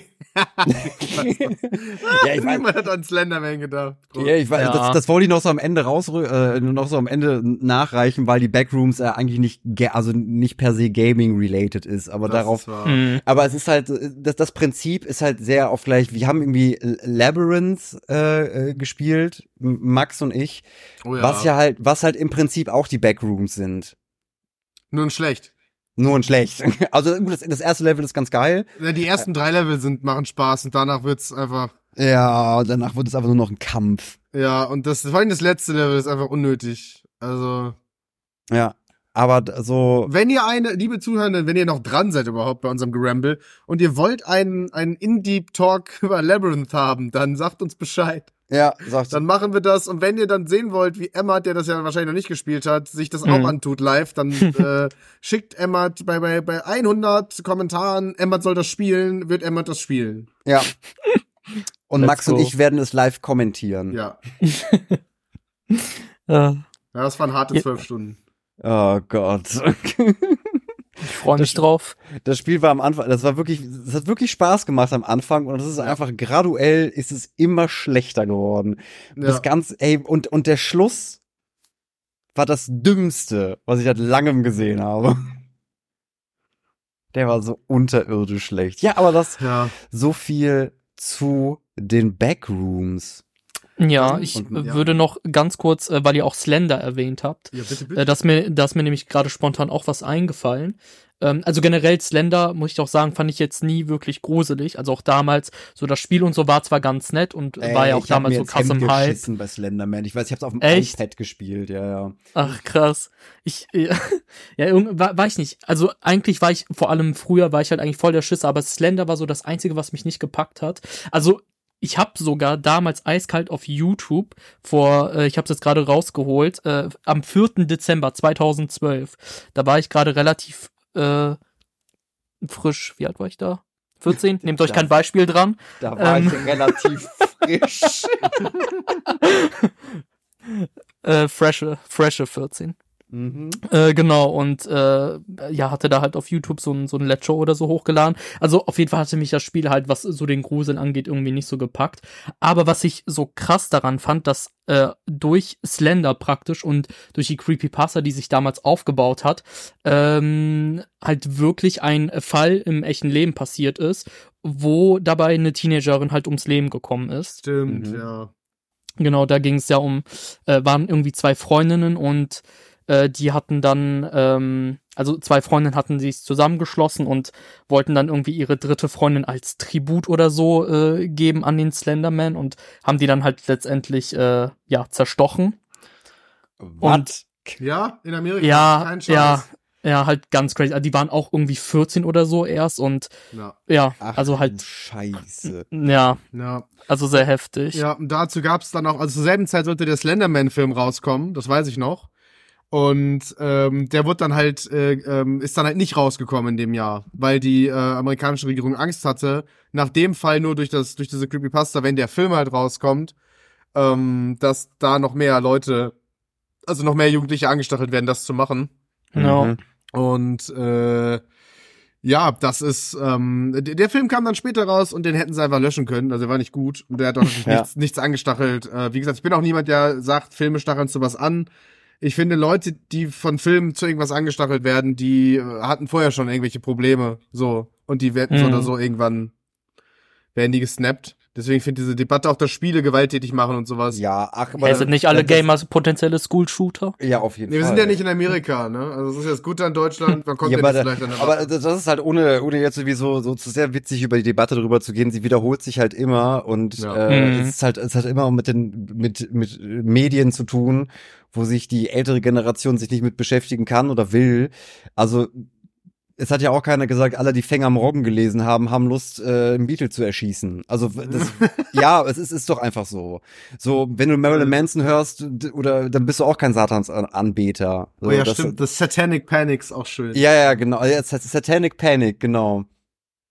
Ja, ich weiß. Niemand hat an Slenderman gedacht. Ja, ich weiß, Ja. das wollte ich noch so am Ende noch so am Ende nachreichen, weil die Backrooms eigentlich nicht per se Gaming-related ist, aber Das darauf. ist wahr. Aber es ist halt, das Prinzip ist halt sehr auf gleich. Wir haben irgendwie Labyrinth gespielt, Max und ich, Oh ja. was halt im Prinzip auch die Backrooms sind. Nur ein schlecht. Nur und schlecht. Also das erste Level ist ganz geil. Ja, die ersten 3 Level machen Spaß und danach wird's einfach. Ja, danach wird es einfach nur noch ein Kampf. Ja, und vor allem das letzte Level ist einfach unnötig. Also. Ja, aber so. Wenn ihr liebe Zuhörenden, wenn ihr noch dran seid überhaupt bei unserem Geramble und ihr wollt einen In-Deep-Talk über Labyrinth haben, dann sagt uns Bescheid. Ja, sagst du. Dann machen wir das. Und wenn ihr dann sehen wollt, wie Emmat, der das ja wahrscheinlich noch nicht gespielt hat, sich das auch antut live, dann schickt Emmat bei 100 Kommentaren, Emmat soll das spielen, wird Emmat das spielen. Ja. Und Let's Max und go. ich werden es live kommentieren. Ja. Ja. Ja, das waren harte 12 Stunden. Oh Gott. Ich freue mich drauf. Das Spiel war am Anfang, das hat wirklich Spaß gemacht am Anfang und es ist einfach graduell ist es immer schlechter geworden. Ja. Das Ganze, und der Schluss war das Dümmste, was ich seit langem gesehen habe. Der war so unterirdisch schlecht. Ja, aber Ja. so viel zu den Backrooms. Ja, ich Und- würde noch ganz kurz, weil ihr auch Slender erwähnt habt, Ja, bitte. da ist mir nämlich gerade spontan auch was eingefallen. Also generell Slender, muss ich auch sagen, fand ich jetzt nie wirklich gruselig. Also auch damals, so das Spiel und so war zwar ganz nett und war ja auch ich hab damals mir so ins krass Hemd im Hype. geschissen bei Slenderman. Ich hab's auf dem Echt? iPad gespielt, ja. Ach, krass. War ich nicht. Also eigentlich vor allem früher war ich halt eigentlich voll der Schisser, aber Slender war so das Einzige, was mich nicht gepackt hat. Also ich habe sogar damals eiskalt auf YouTube ich habe es jetzt gerade rausgeholt, am 4. Dezember 2012, da war ich gerade relativ frisch. Wie alt war ich da? 14? Nehmt euch kein Beispiel dran. Da war ich relativ frisch. Fresche 14. Mhm. Genau, und hatte da halt auf YouTube so ein Let's Show oder so hochgeladen. Also auf jeden Fall hatte mich das Spiel halt, was so den Grusel angeht, irgendwie nicht so gepackt. Aber was ich so krass daran fand, dass durch Slender praktisch und durch die Creepypasta, die sich damals aufgebaut hat, halt wirklich ein Fall im echten Leben passiert ist, wo dabei eine Teenagerin halt ums Leben gekommen ist. Stimmt, Mhm. ja. Genau, da ging es ja waren irgendwie 2 Freundinnen und die hatten dann, also 2 Freundinnen hatten sich zusammengeschlossen und wollten dann irgendwie ihre 3. Freundin als Tribut oder so geben an den Slenderman und haben die dann halt letztendlich zerstochen. Was? Ja, in Amerika. Ja, Kein Scheiß. ja, halt ganz crazy. Also die waren auch irgendwie 14 oder so erst und Ja. Ach, also du halt, Scheiße. ja, Ja. also sehr heftig. Ja, und dazu gab's dann auch, also zur selben Zeit sollte der Slenderman-Film rauskommen, das weiß ich noch. Und der wurde dann halt, ist dann halt nicht rausgekommen in dem Jahr, weil die amerikanische Regierung Angst hatte, nach dem Fall nur durch diese Creepypasta, wenn der Film halt rauskommt, dass da noch mehr Leute, also noch mehr Jugendliche angestachelt werden, das zu machen. Genau. Mhm. Und ja, das ist, der Film kam dann später raus und den hätten sie einfach löschen können, also er war nicht gut und der hat auch natürlich nichts angestachelt. Wie gesagt, ich bin auch niemand, der sagt, Filme stacheln zu was an. Ich finde, Leute, die von Filmen zu irgendwas angestachelt werden, die hatten vorher schon irgendwelche Probleme, so. Und die werden so oder so irgendwann, werden die gesnappt. Deswegen finde ich diese Debatte auch, dass Spiele gewalttätig machen und sowas. Ja, ach, aber Sind nicht alle Gamers potenzielle School-Shooter? Ja, auf jeden Nee, wir Fall. sind ja nicht in Amerika, ne? Also das ist ja das Gute an Deutschland, man kommt ja, Ja, nicht so leicht an der aber Waffe. das ist halt ohne jetzt sowieso so zu sehr witzig über die Debatte darüber zu gehen. Sie wiederholt sich halt immer und Ja. es hat immer mit Medien zu tun, wo sich die ältere Generation sich nicht mit beschäftigen kann oder will. Also es hat ja auch keiner gesagt, alle, die Fänger am Roggen gelesen haben, haben Lust, einen Beatle zu erschießen. Also das, ja, es ist doch einfach so. So, wenn du Marilyn Manson hörst, oder dann bist du auch kein Satansanbeter. So, Oh ja, das, stimmt, das Satanic Panic ist auch schön. Ja, genau. Ja, Satanic Panic, genau.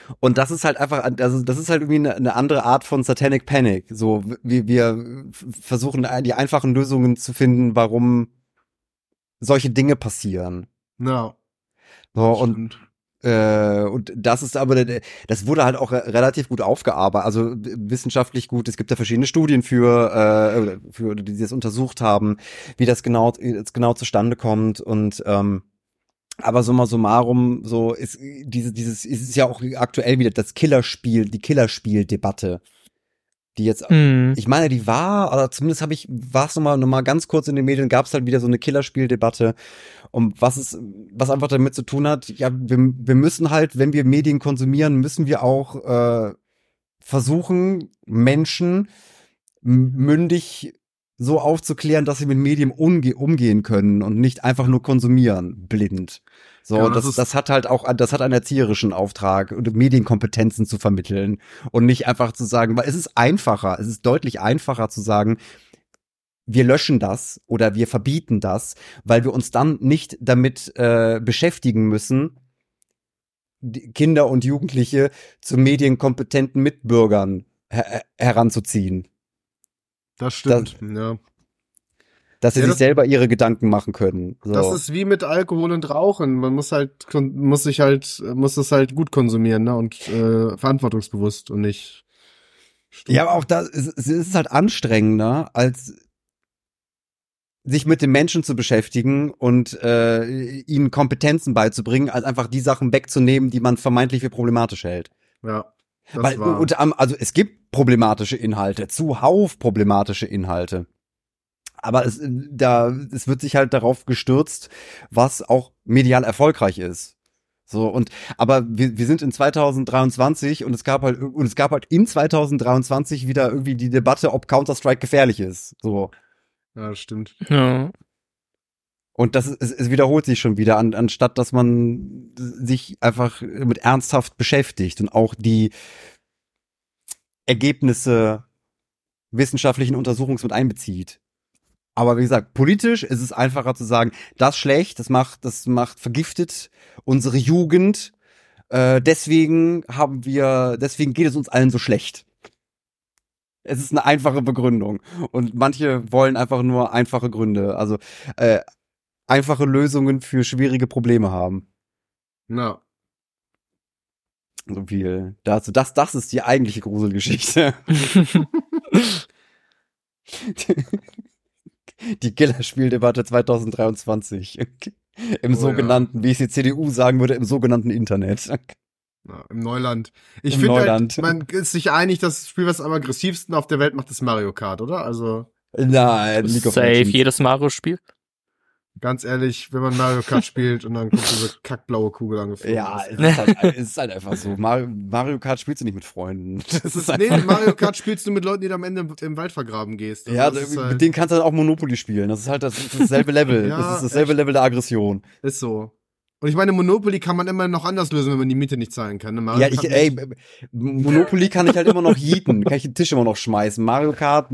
Und das ist halt einfach, also das ist halt irgendwie eine andere Art von Satanic Panic. So, wir versuchen die einfachen Lösungen zu finden, warum solche Dinge passieren. Ja. So, Stimmt. und das ist aber, das wurde halt auch relativ gut aufgearbeitet, also wissenschaftlich gut. Es gibt ja verschiedene Studien die das untersucht haben, wie das genau zustande kommt und aber summa summarum, so ist dieses ist ja auch aktuell wieder die Killerspiel-Debatte, die jetzt, ich meine, die war, oder zumindest war es noch mal ganz kurz in den Medien, gab es halt wieder so eine Killerspiel-Debatte, was einfach damit zu tun hat, ja, wir müssen halt, wenn wir Medien konsumieren, müssen wir auch versuchen, Menschen mündig so aufzuklären, dass sie mit Medien umgehen können und nicht einfach nur konsumieren, blind. So, Genau, das hat einen erzieherischen Auftrag und Medienkompetenzen zu vermitteln und nicht einfach zu sagen, weil es ist deutlich einfacher zu sagen, wir löschen das oder wir verbieten das, weil wir uns dann nicht damit beschäftigen müssen, die Kinder und Jugendliche zu medienkompetenten Mitbürgern heranzuziehen. Das stimmt, ja. Dass sie sich selber ihre Gedanken machen können. So. Das ist wie mit Alkohol und Rauchen. Man muss es halt gut konsumieren, ne? Und verantwortungsbewusst und nicht. Stimmt. Ja, aber auch es ist halt anstrengender, als sich mit den Menschen zu beschäftigen und ihnen Kompetenzen beizubringen, als einfach die Sachen wegzunehmen, die man vermeintlich für problematisch hält. Ja. Also es gibt problematische Inhalte, zuhauf problematische Inhalte. Aber es wird sich halt darauf gestürzt, was auch medial erfolgreich ist. So, aber wir sind in 2023 und es gab halt in 2023 wieder irgendwie die Debatte, ob Counter-Strike gefährlich ist. So. Ja, das stimmt. Ja. Und es wiederholt sich schon wieder, anstatt dass man sich einfach mit ernsthaft beschäftigt und auch die Ergebnisse wissenschaftlichen Untersuchungs mit einbezieht. Aber wie gesagt, politisch ist es einfacher zu sagen, das schlecht, das vergiftet unsere Jugend, deswegen geht es uns allen so schlecht. Es ist eine einfache Begründung. Und manche wollen einfach nur einfache Gründe, also einfache Lösungen für schwierige Probleme haben. Ja. So viel dazu. Das ist die eigentliche Gruselgeschichte. Die Killerspieldebatte 2023. Im sogenannten, wie es die CDU sagen würde, im sogenannten Internet. Ja, im Neuland. Ich finde halt, man ist sich einig, das Spiel, was am aggressivsten auf der Welt macht, ist Mario Kart, oder? Also. Nein, safe, jedes Mario-Spiel. Ganz ehrlich, wenn man Mario Kart spielt und dann kommt diese kackblaue Kugel angeflogen. Ja, es ist halt einfach so. Mario Kart spielst du nicht mit Freunden. Mario Kart spielst du mit Leuten, die du am Ende im Wald vergraben gehst. Also ja, mit denen kannst du dann auch Monopoly spielen. Das ist halt dasselbe Level. Ja, das ist dasselbe Level der Aggression. Ist so. Und ich meine, Monopoly kann man immer noch anders lösen, wenn man die Miete nicht zahlen kann. Ne? Monopoly kann ich halt immer noch yeeten. Kann ich den Tisch immer noch schmeißen. Mario Kart,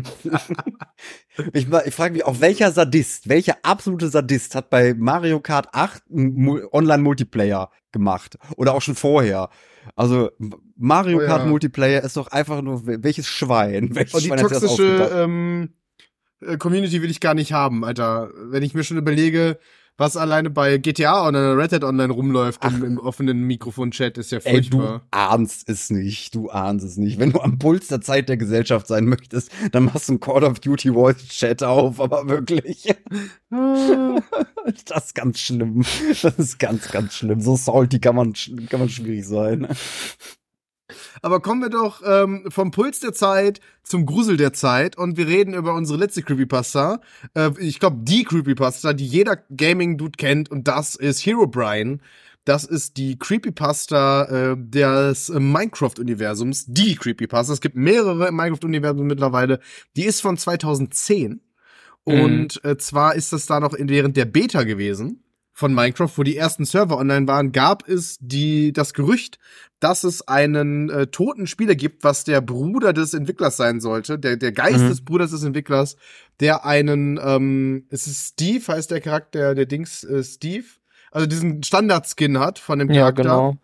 Ich frage mich auch, welcher absolute Sadist hat bei Mario Kart 8 einen Online-Multiplayer gemacht? Oder auch schon vorher? Also, Mario Kart Multiplayer ist doch einfach nur, welches Schwein? Und die toxische Community will ich gar nicht haben, Alter. Wenn ich mir schon überlege, was alleine bei GTA oder Red Dead Online rumläuft im offenen Mikrofon-Chat, ist ja furchtbar. Du ahnst es nicht. Wenn du am Puls der Zeit der Gesellschaft sein möchtest, dann machst du einen Call of Duty Voice-Chat auf, aber wirklich. Das ist ganz schlimm. Das ist ganz, ganz schlimm. So salty kann man schwierig sein. Aber kommen wir doch vom Puls der Zeit zum Grusel der Zeit und wir reden über unsere letzte Creepypasta. Ich glaube, die Creepypasta, die jeder Gaming-Dude kennt, und das ist Herobrine. Das ist die Creepypasta des Minecraft-Universums. Die Creepypasta. Es gibt mehrere im Minecraft-Universum mittlerweile. Die ist von 2010. Und zwar ist das da noch während der Beta gewesen von Minecraft, wo die ersten Server online waren, gab es das Gerücht, dass es einen toten Spieler gibt, was der Bruder des Entwicklers sein sollte, der Geist des Bruders des Entwicklers, der einen, es ist Steve, heißt der Charakter, der Dings Steve, also diesen Standard-Skin hat von dem Charakter. Ja, genau.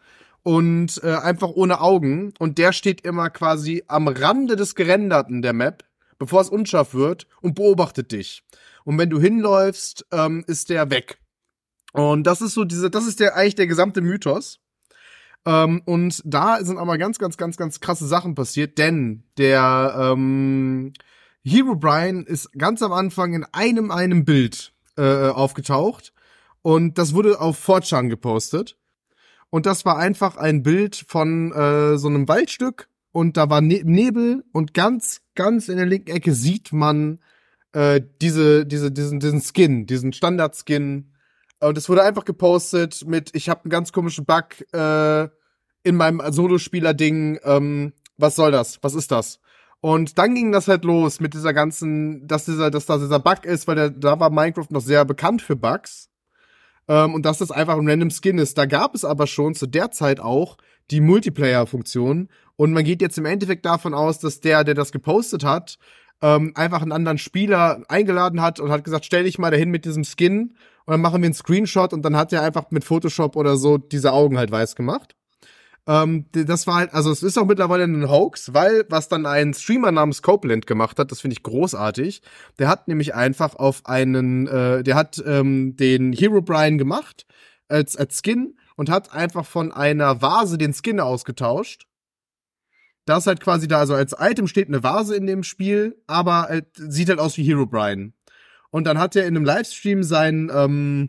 und einfach ohne Augen. Und der steht immer quasi am Rande des Gerenderten der Map, bevor es unscharf wird, und beobachtet dich. Und wenn du hinläufst, ist der weg. Und das ist so das ist eigentlich der gesamte Mythos. Und da sind aber ganz, ganz, ganz, ganz krasse Sachen passiert, denn der Herobrine ist ganz am Anfang in einem Bild aufgetaucht und das wurde auf 4chan gepostet. Und das war einfach ein Bild von so einem Waldstück und da war Nebel und ganz, ganz in der linken Ecke sieht man diesen Skin, diesen Standard-Skin. Und es wurde einfach gepostet mit, ich habe einen ganz komischen Bug in meinem Solospieler-Ding. Was soll das? Was ist das? Und dann ging das halt los mit dieser ganzen, dass da dieser Bug ist, weil da war Minecraft noch sehr bekannt für Bugs. Und dass das einfach ein random Skin ist. Da gab es aber schon zu der Zeit auch die Multiplayer-Funktion. Und man geht jetzt im Endeffekt davon aus, dass der das gepostet hat, einfach einen anderen Spieler eingeladen hat und hat gesagt, stell dich mal dahin mit diesem Skin und dann machen wir einen Screenshot und dann hat er einfach mit Photoshop oder so diese Augen halt weiß gemacht. Das war halt, also es ist auch mittlerweile ein Hoax, weil was dann ein Streamer namens Copeland gemacht hat, das finde ich großartig. Der hat nämlich einfach der hat den Herobrine gemacht als Skin und hat einfach von einer Vase den Skin ausgetauscht. Da ist halt quasi da, also als Item steht eine Vase in dem Spiel, aber sieht halt aus wie Herobrine. Und dann hat er in einem Livestream sein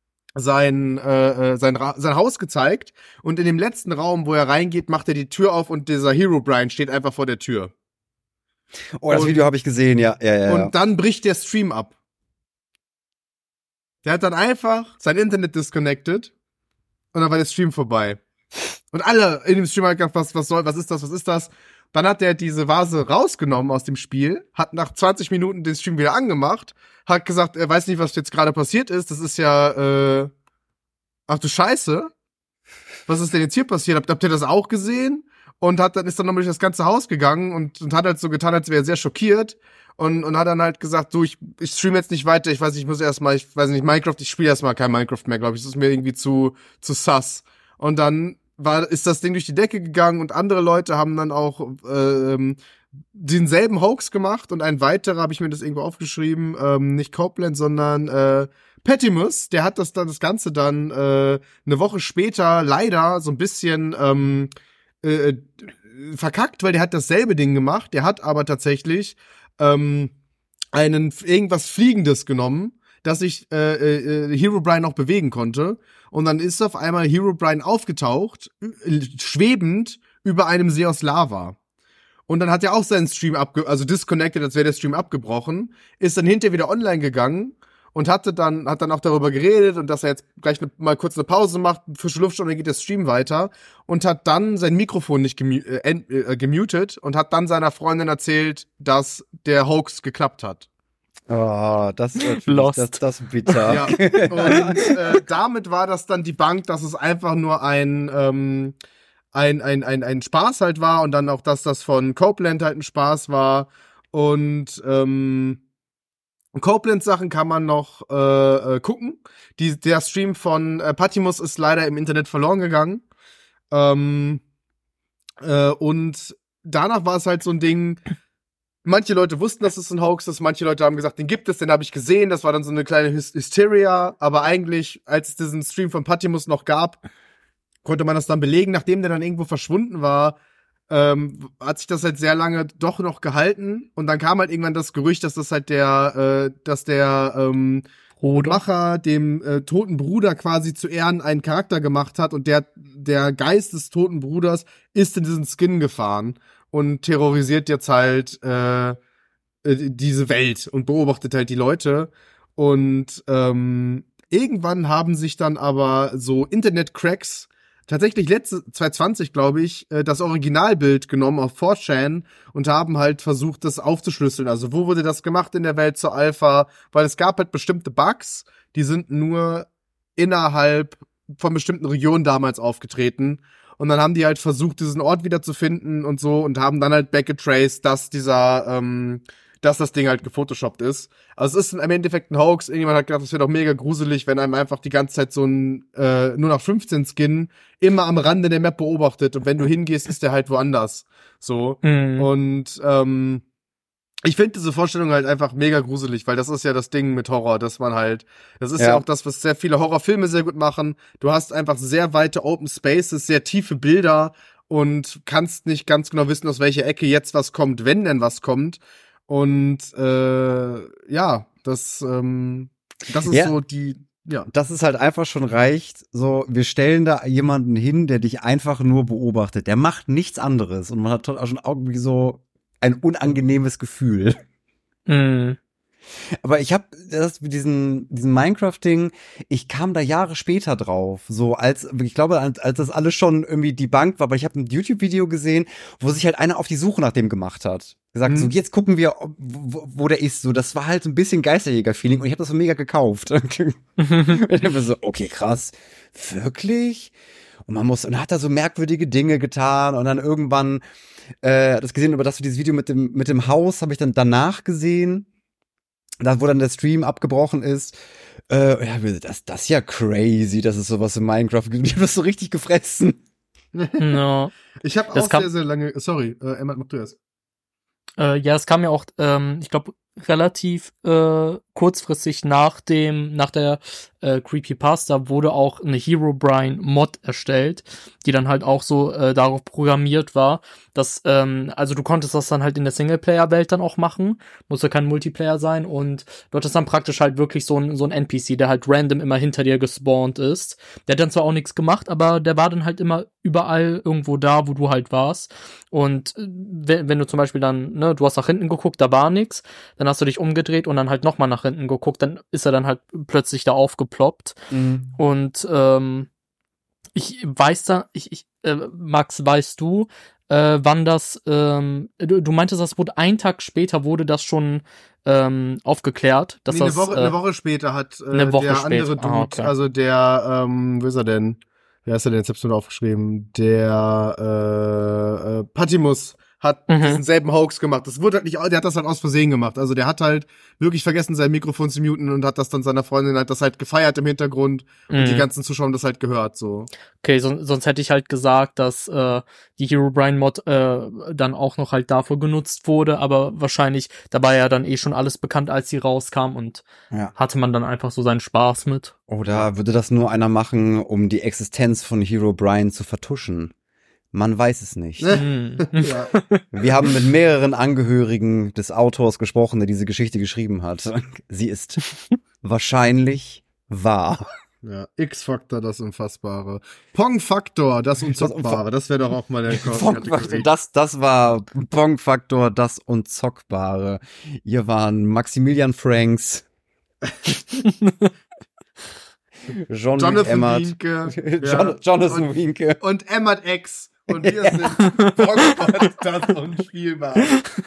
Haus gezeigt und in dem letzten Raum, wo er reingeht, macht er die Tür auf und dieser Herobrine steht einfach vor der Tür. Oh, das Video habe ich gesehen, ja. Und dann bricht der Stream ab. Der hat dann einfach sein Internet disconnected und dann war der Stream vorbei. Und alle in dem Stream haben gedacht, was ist das? Dann hat er diese Vase rausgenommen aus dem Spiel, hat nach 20 Minuten den Stream wieder angemacht, hat gesagt, er weiß nicht, was jetzt gerade passiert ist, das ist ja, ach du Scheiße, was ist denn jetzt hier passiert? Habt ihr das auch gesehen? Und ist dann nochmal durch das ganze Haus gegangen und hat halt so getan, als wäre er sehr schockiert und hat dann halt gesagt, du, ich streame jetzt nicht weiter, ich weiß nicht, Minecraft, ich spiele erstmal kein Minecraft mehr, glaube ich, das ist mir irgendwie zu sus. Und dann ist das Ding durch die Decke gegangen und andere Leute haben dann auch denselben Hoax gemacht und ein weiterer, habe ich mir das irgendwo aufgeschrieben, nicht Copeland, sondern Petimus, der hat das Ganze dann eine Woche später leider so ein bisschen verkackt, weil der hat dasselbe Ding gemacht, der hat aber tatsächlich irgendwas Fliegendes genommen, dass sich Herobrine noch bewegen konnte. Und dann ist auf einmal Herobrine aufgetaucht, schwebend über einem See aus Lava. Und dann hat er auch seinen Stream disconnected, als wäre der Stream abgebrochen, ist dann hinterher wieder online gegangen und hat dann auch darüber geredet und dass er jetzt gleich mal kurz eine Pause macht, frische Luft und dann geht der Stream weiter und hat dann sein Mikrofon nicht gemutet und hat dann seiner Freundin erzählt, dass der Hoax geklappt hat. Oh, das ist das bitter. Ja. Und damit war das dann die Bank, dass es einfach nur ein Spaß halt war und dann auch, dass das von Copeland halt ein Spaß war. Und Copeland-Sachen kann man noch gucken. Der Stream von Patimus ist leider im Internet verloren gegangen. Und danach war es halt so ein Ding. Manche Leute wussten, dass es ein Hoax ist, manche Leute haben gesagt, den gibt es, den habe ich gesehen, das war dann so eine kleine Hysteria, aber eigentlich, als es diesen Stream von Patimus noch gab, konnte man das dann belegen, nachdem der dann irgendwo verschwunden war, hat sich das halt sehr lange doch noch gehalten und dann kam halt irgendwann das Gerücht, dass das halt der Macher dem toten Bruder quasi zu Ehren einen Charakter gemacht hat und der Geist des toten Bruders ist in diesen Skin gefahren und terrorisiert jetzt halt diese Welt und beobachtet halt die Leute. Und irgendwann haben sich dann aber so Internet-Cracks tatsächlich 2020, glaube ich, das Originalbild genommen auf 4chan und haben halt versucht, das aufzuschlüsseln. Also wo wurde das gemacht in der Welt zur Alpha? Weil es gab halt bestimmte Bugs, die sind nur innerhalb von bestimmten Regionen damals aufgetreten. Und dann haben die halt versucht, diesen Ort wieder zu finden und so und haben dann halt backgetraced, dass dass das Ding halt gefotoshoppt ist. Also es ist im Endeffekt ein Hoax. Irgendjemand hat gedacht, das wäre doch mega gruselig, wenn einem einfach die ganze Zeit so ein nur nach 15 Skin immer am Rande der Map beobachtet und wenn du hingehst, ist der halt woanders. So. Und ich finde diese Vorstellung halt einfach mega gruselig, weil das ist ja das Ding mit Horror, dass man halt, das ist ja auch das, was sehr viele Horrorfilme sehr gut machen. Du hast einfach sehr weite Open Spaces, sehr tiefe Bilder und kannst nicht ganz genau wissen, aus welcher Ecke jetzt was kommt, wenn denn was kommt. Und ja, das ist so die, ja. Das ist halt einfach schon reicht. So, wir stellen da jemanden hin, der dich einfach nur beobachtet. Der macht nichts anderes und man hat auch schon irgendwie so ein unangenehmes Gefühl. Aber ich habe das mit diesen Minecraft-Ding, ich kam da Jahre später drauf, so als, ich glaube, als das alles schon irgendwie debunked war, aber ich habe ein YouTube-Video gesehen, wo sich halt einer auf die Suche nach dem gemacht hat. Gesagt, so jetzt gucken wir, wo der ist. So, das war halt so ein bisschen Geisterjäger-Feeling und ich habe das so mega gekauft. Und ich hab so, okay, krass, wirklich? Und hat da so merkwürdige Dinge getan und dann irgendwann das gesehen, über das dieses Video mit dem Haus habe ich dann danach gesehen, da wo dann der Stream abgebrochen ist. Ja, das ist ja crazy, dass es sowas in Minecraft gibt. Ich habe das so richtig gefressen. No. Ich habe auch sehr, sehr lange, sorry, Emma, mach du erst. Ja, es kam ja auch, ich glaube, relativ kurzfristig nach der Creepypasta wurde auch eine Herobrine-Mod erstellt, die dann halt auch so darauf programmiert war, dass, also du konntest das dann halt in der Singleplayer-Welt dann auch machen, musste kein Multiplayer sein und du hattest dann praktisch halt wirklich so ein NPC, der halt random immer hinter dir gespawnt ist. Der hat dann zwar auch nichts gemacht, aber der war dann halt immer überall irgendwo da, wo du halt warst. Und wenn du zum Beispiel dann, ne, du hast nach hinten geguckt, da war nichts, dann hast du dich umgedreht und dann halt nochmal nach hinten geguckt, dann ist er dann halt plötzlich da aufgeploppt. Und ich weiß da, Max, weißt du, wann das, du meintest, das wurde einen Tag später, wurde das schon aufgeklärt, dass eine Woche später hat der andere Dude, okay. also der, wo ist er denn? Wer ist er denn? Jetzt hab's nur aufgeschrieben. Der Patimus hat diesen selben Hoax gemacht. Das wurde halt nicht, der hat das halt aus Versehen gemacht. Also der hat halt wirklich vergessen, sein Mikrofon zu muten und hat das dann seiner Freundin halt das halt gefeiert im Hintergrund und die ganzen Zuschauer haben das halt gehört, so. Okay, sonst hätte ich halt gesagt, dass die Herobrine-Mod dann auch noch halt dafür genutzt wurde, aber wahrscheinlich, da war ja dann schon alles bekannt, als sie rauskam und hatte man dann einfach so seinen Spaß mit. Oder würde das nur einer machen, um die Existenz von Herobrine zu vertuschen? Man weiß es nicht. Ja. Wir haben mit mehreren Angehörigen des Autors gesprochen, der diese Geschichte geschrieben hat. Sie ist wahrscheinlich wahr. Ja, X-Factor, das Unfassbare. Pong-Faktor, das Unzockbare. Das wäre doch auch mal der Pong-Faktor, das war Pong-Faktor, das Unzockbare. Hier waren Maximilian Franks, Jonathan Wienke. Jonathan Wienke. Und Emmett X. Und wir sind Pong-Faktor, das Unspielbare.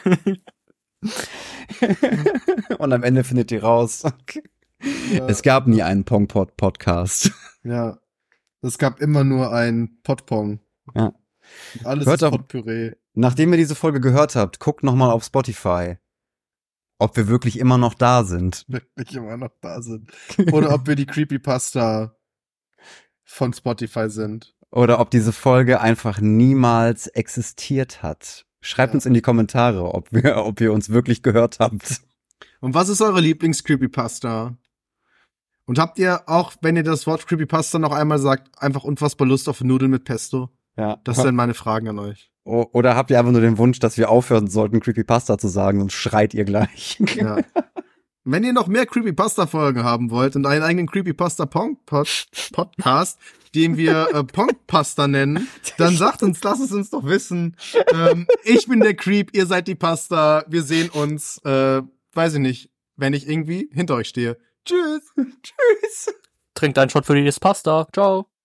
Und am Ende findet ihr raus. Ja. Es gab nie einen Pong-Pod-Podcast. Ja. Es gab immer nur ein Potpong. Ja. Alles Hört ist Potpüree. Nachdem ihr diese Folge gehört habt, guckt nochmal auf Spotify, ob wir wirklich immer noch da sind. Wirklich immer noch da sind. Oder ob wir die Creepypasta von Spotify sind. Oder ob diese Folge einfach niemals existiert hat. Schreibt uns in die Kommentare, ob ihr uns wirklich gehört habt. Und was ist eure Lieblings-Creepypasta? Und habt ihr auch, wenn ihr das Wort Creepypasta noch einmal sagt, einfach unfassbar Lust auf Nudeln mit Pesto? Ja. Das sind meine Fragen an euch. Oder habt ihr einfach nur den Wunsch, dass wir aufhören sollten, Creepypasta zu sagen und schreit ihr gleich? Ja. Wenn ihr noch mehr Creepypasta-Folgen haben wollt und einen eigenen Creepypasta-Podcast, den wir Pongpasta nennen, dann lasst es uns doch wissen. Ich bin der Creep, ihr seid die Pasta, wir sehen uns, weiß ich nicht, wenn ich irgendwie hinter euch stehe. Tschüss. Trinkt einen Shot für die Pasta. Ciao.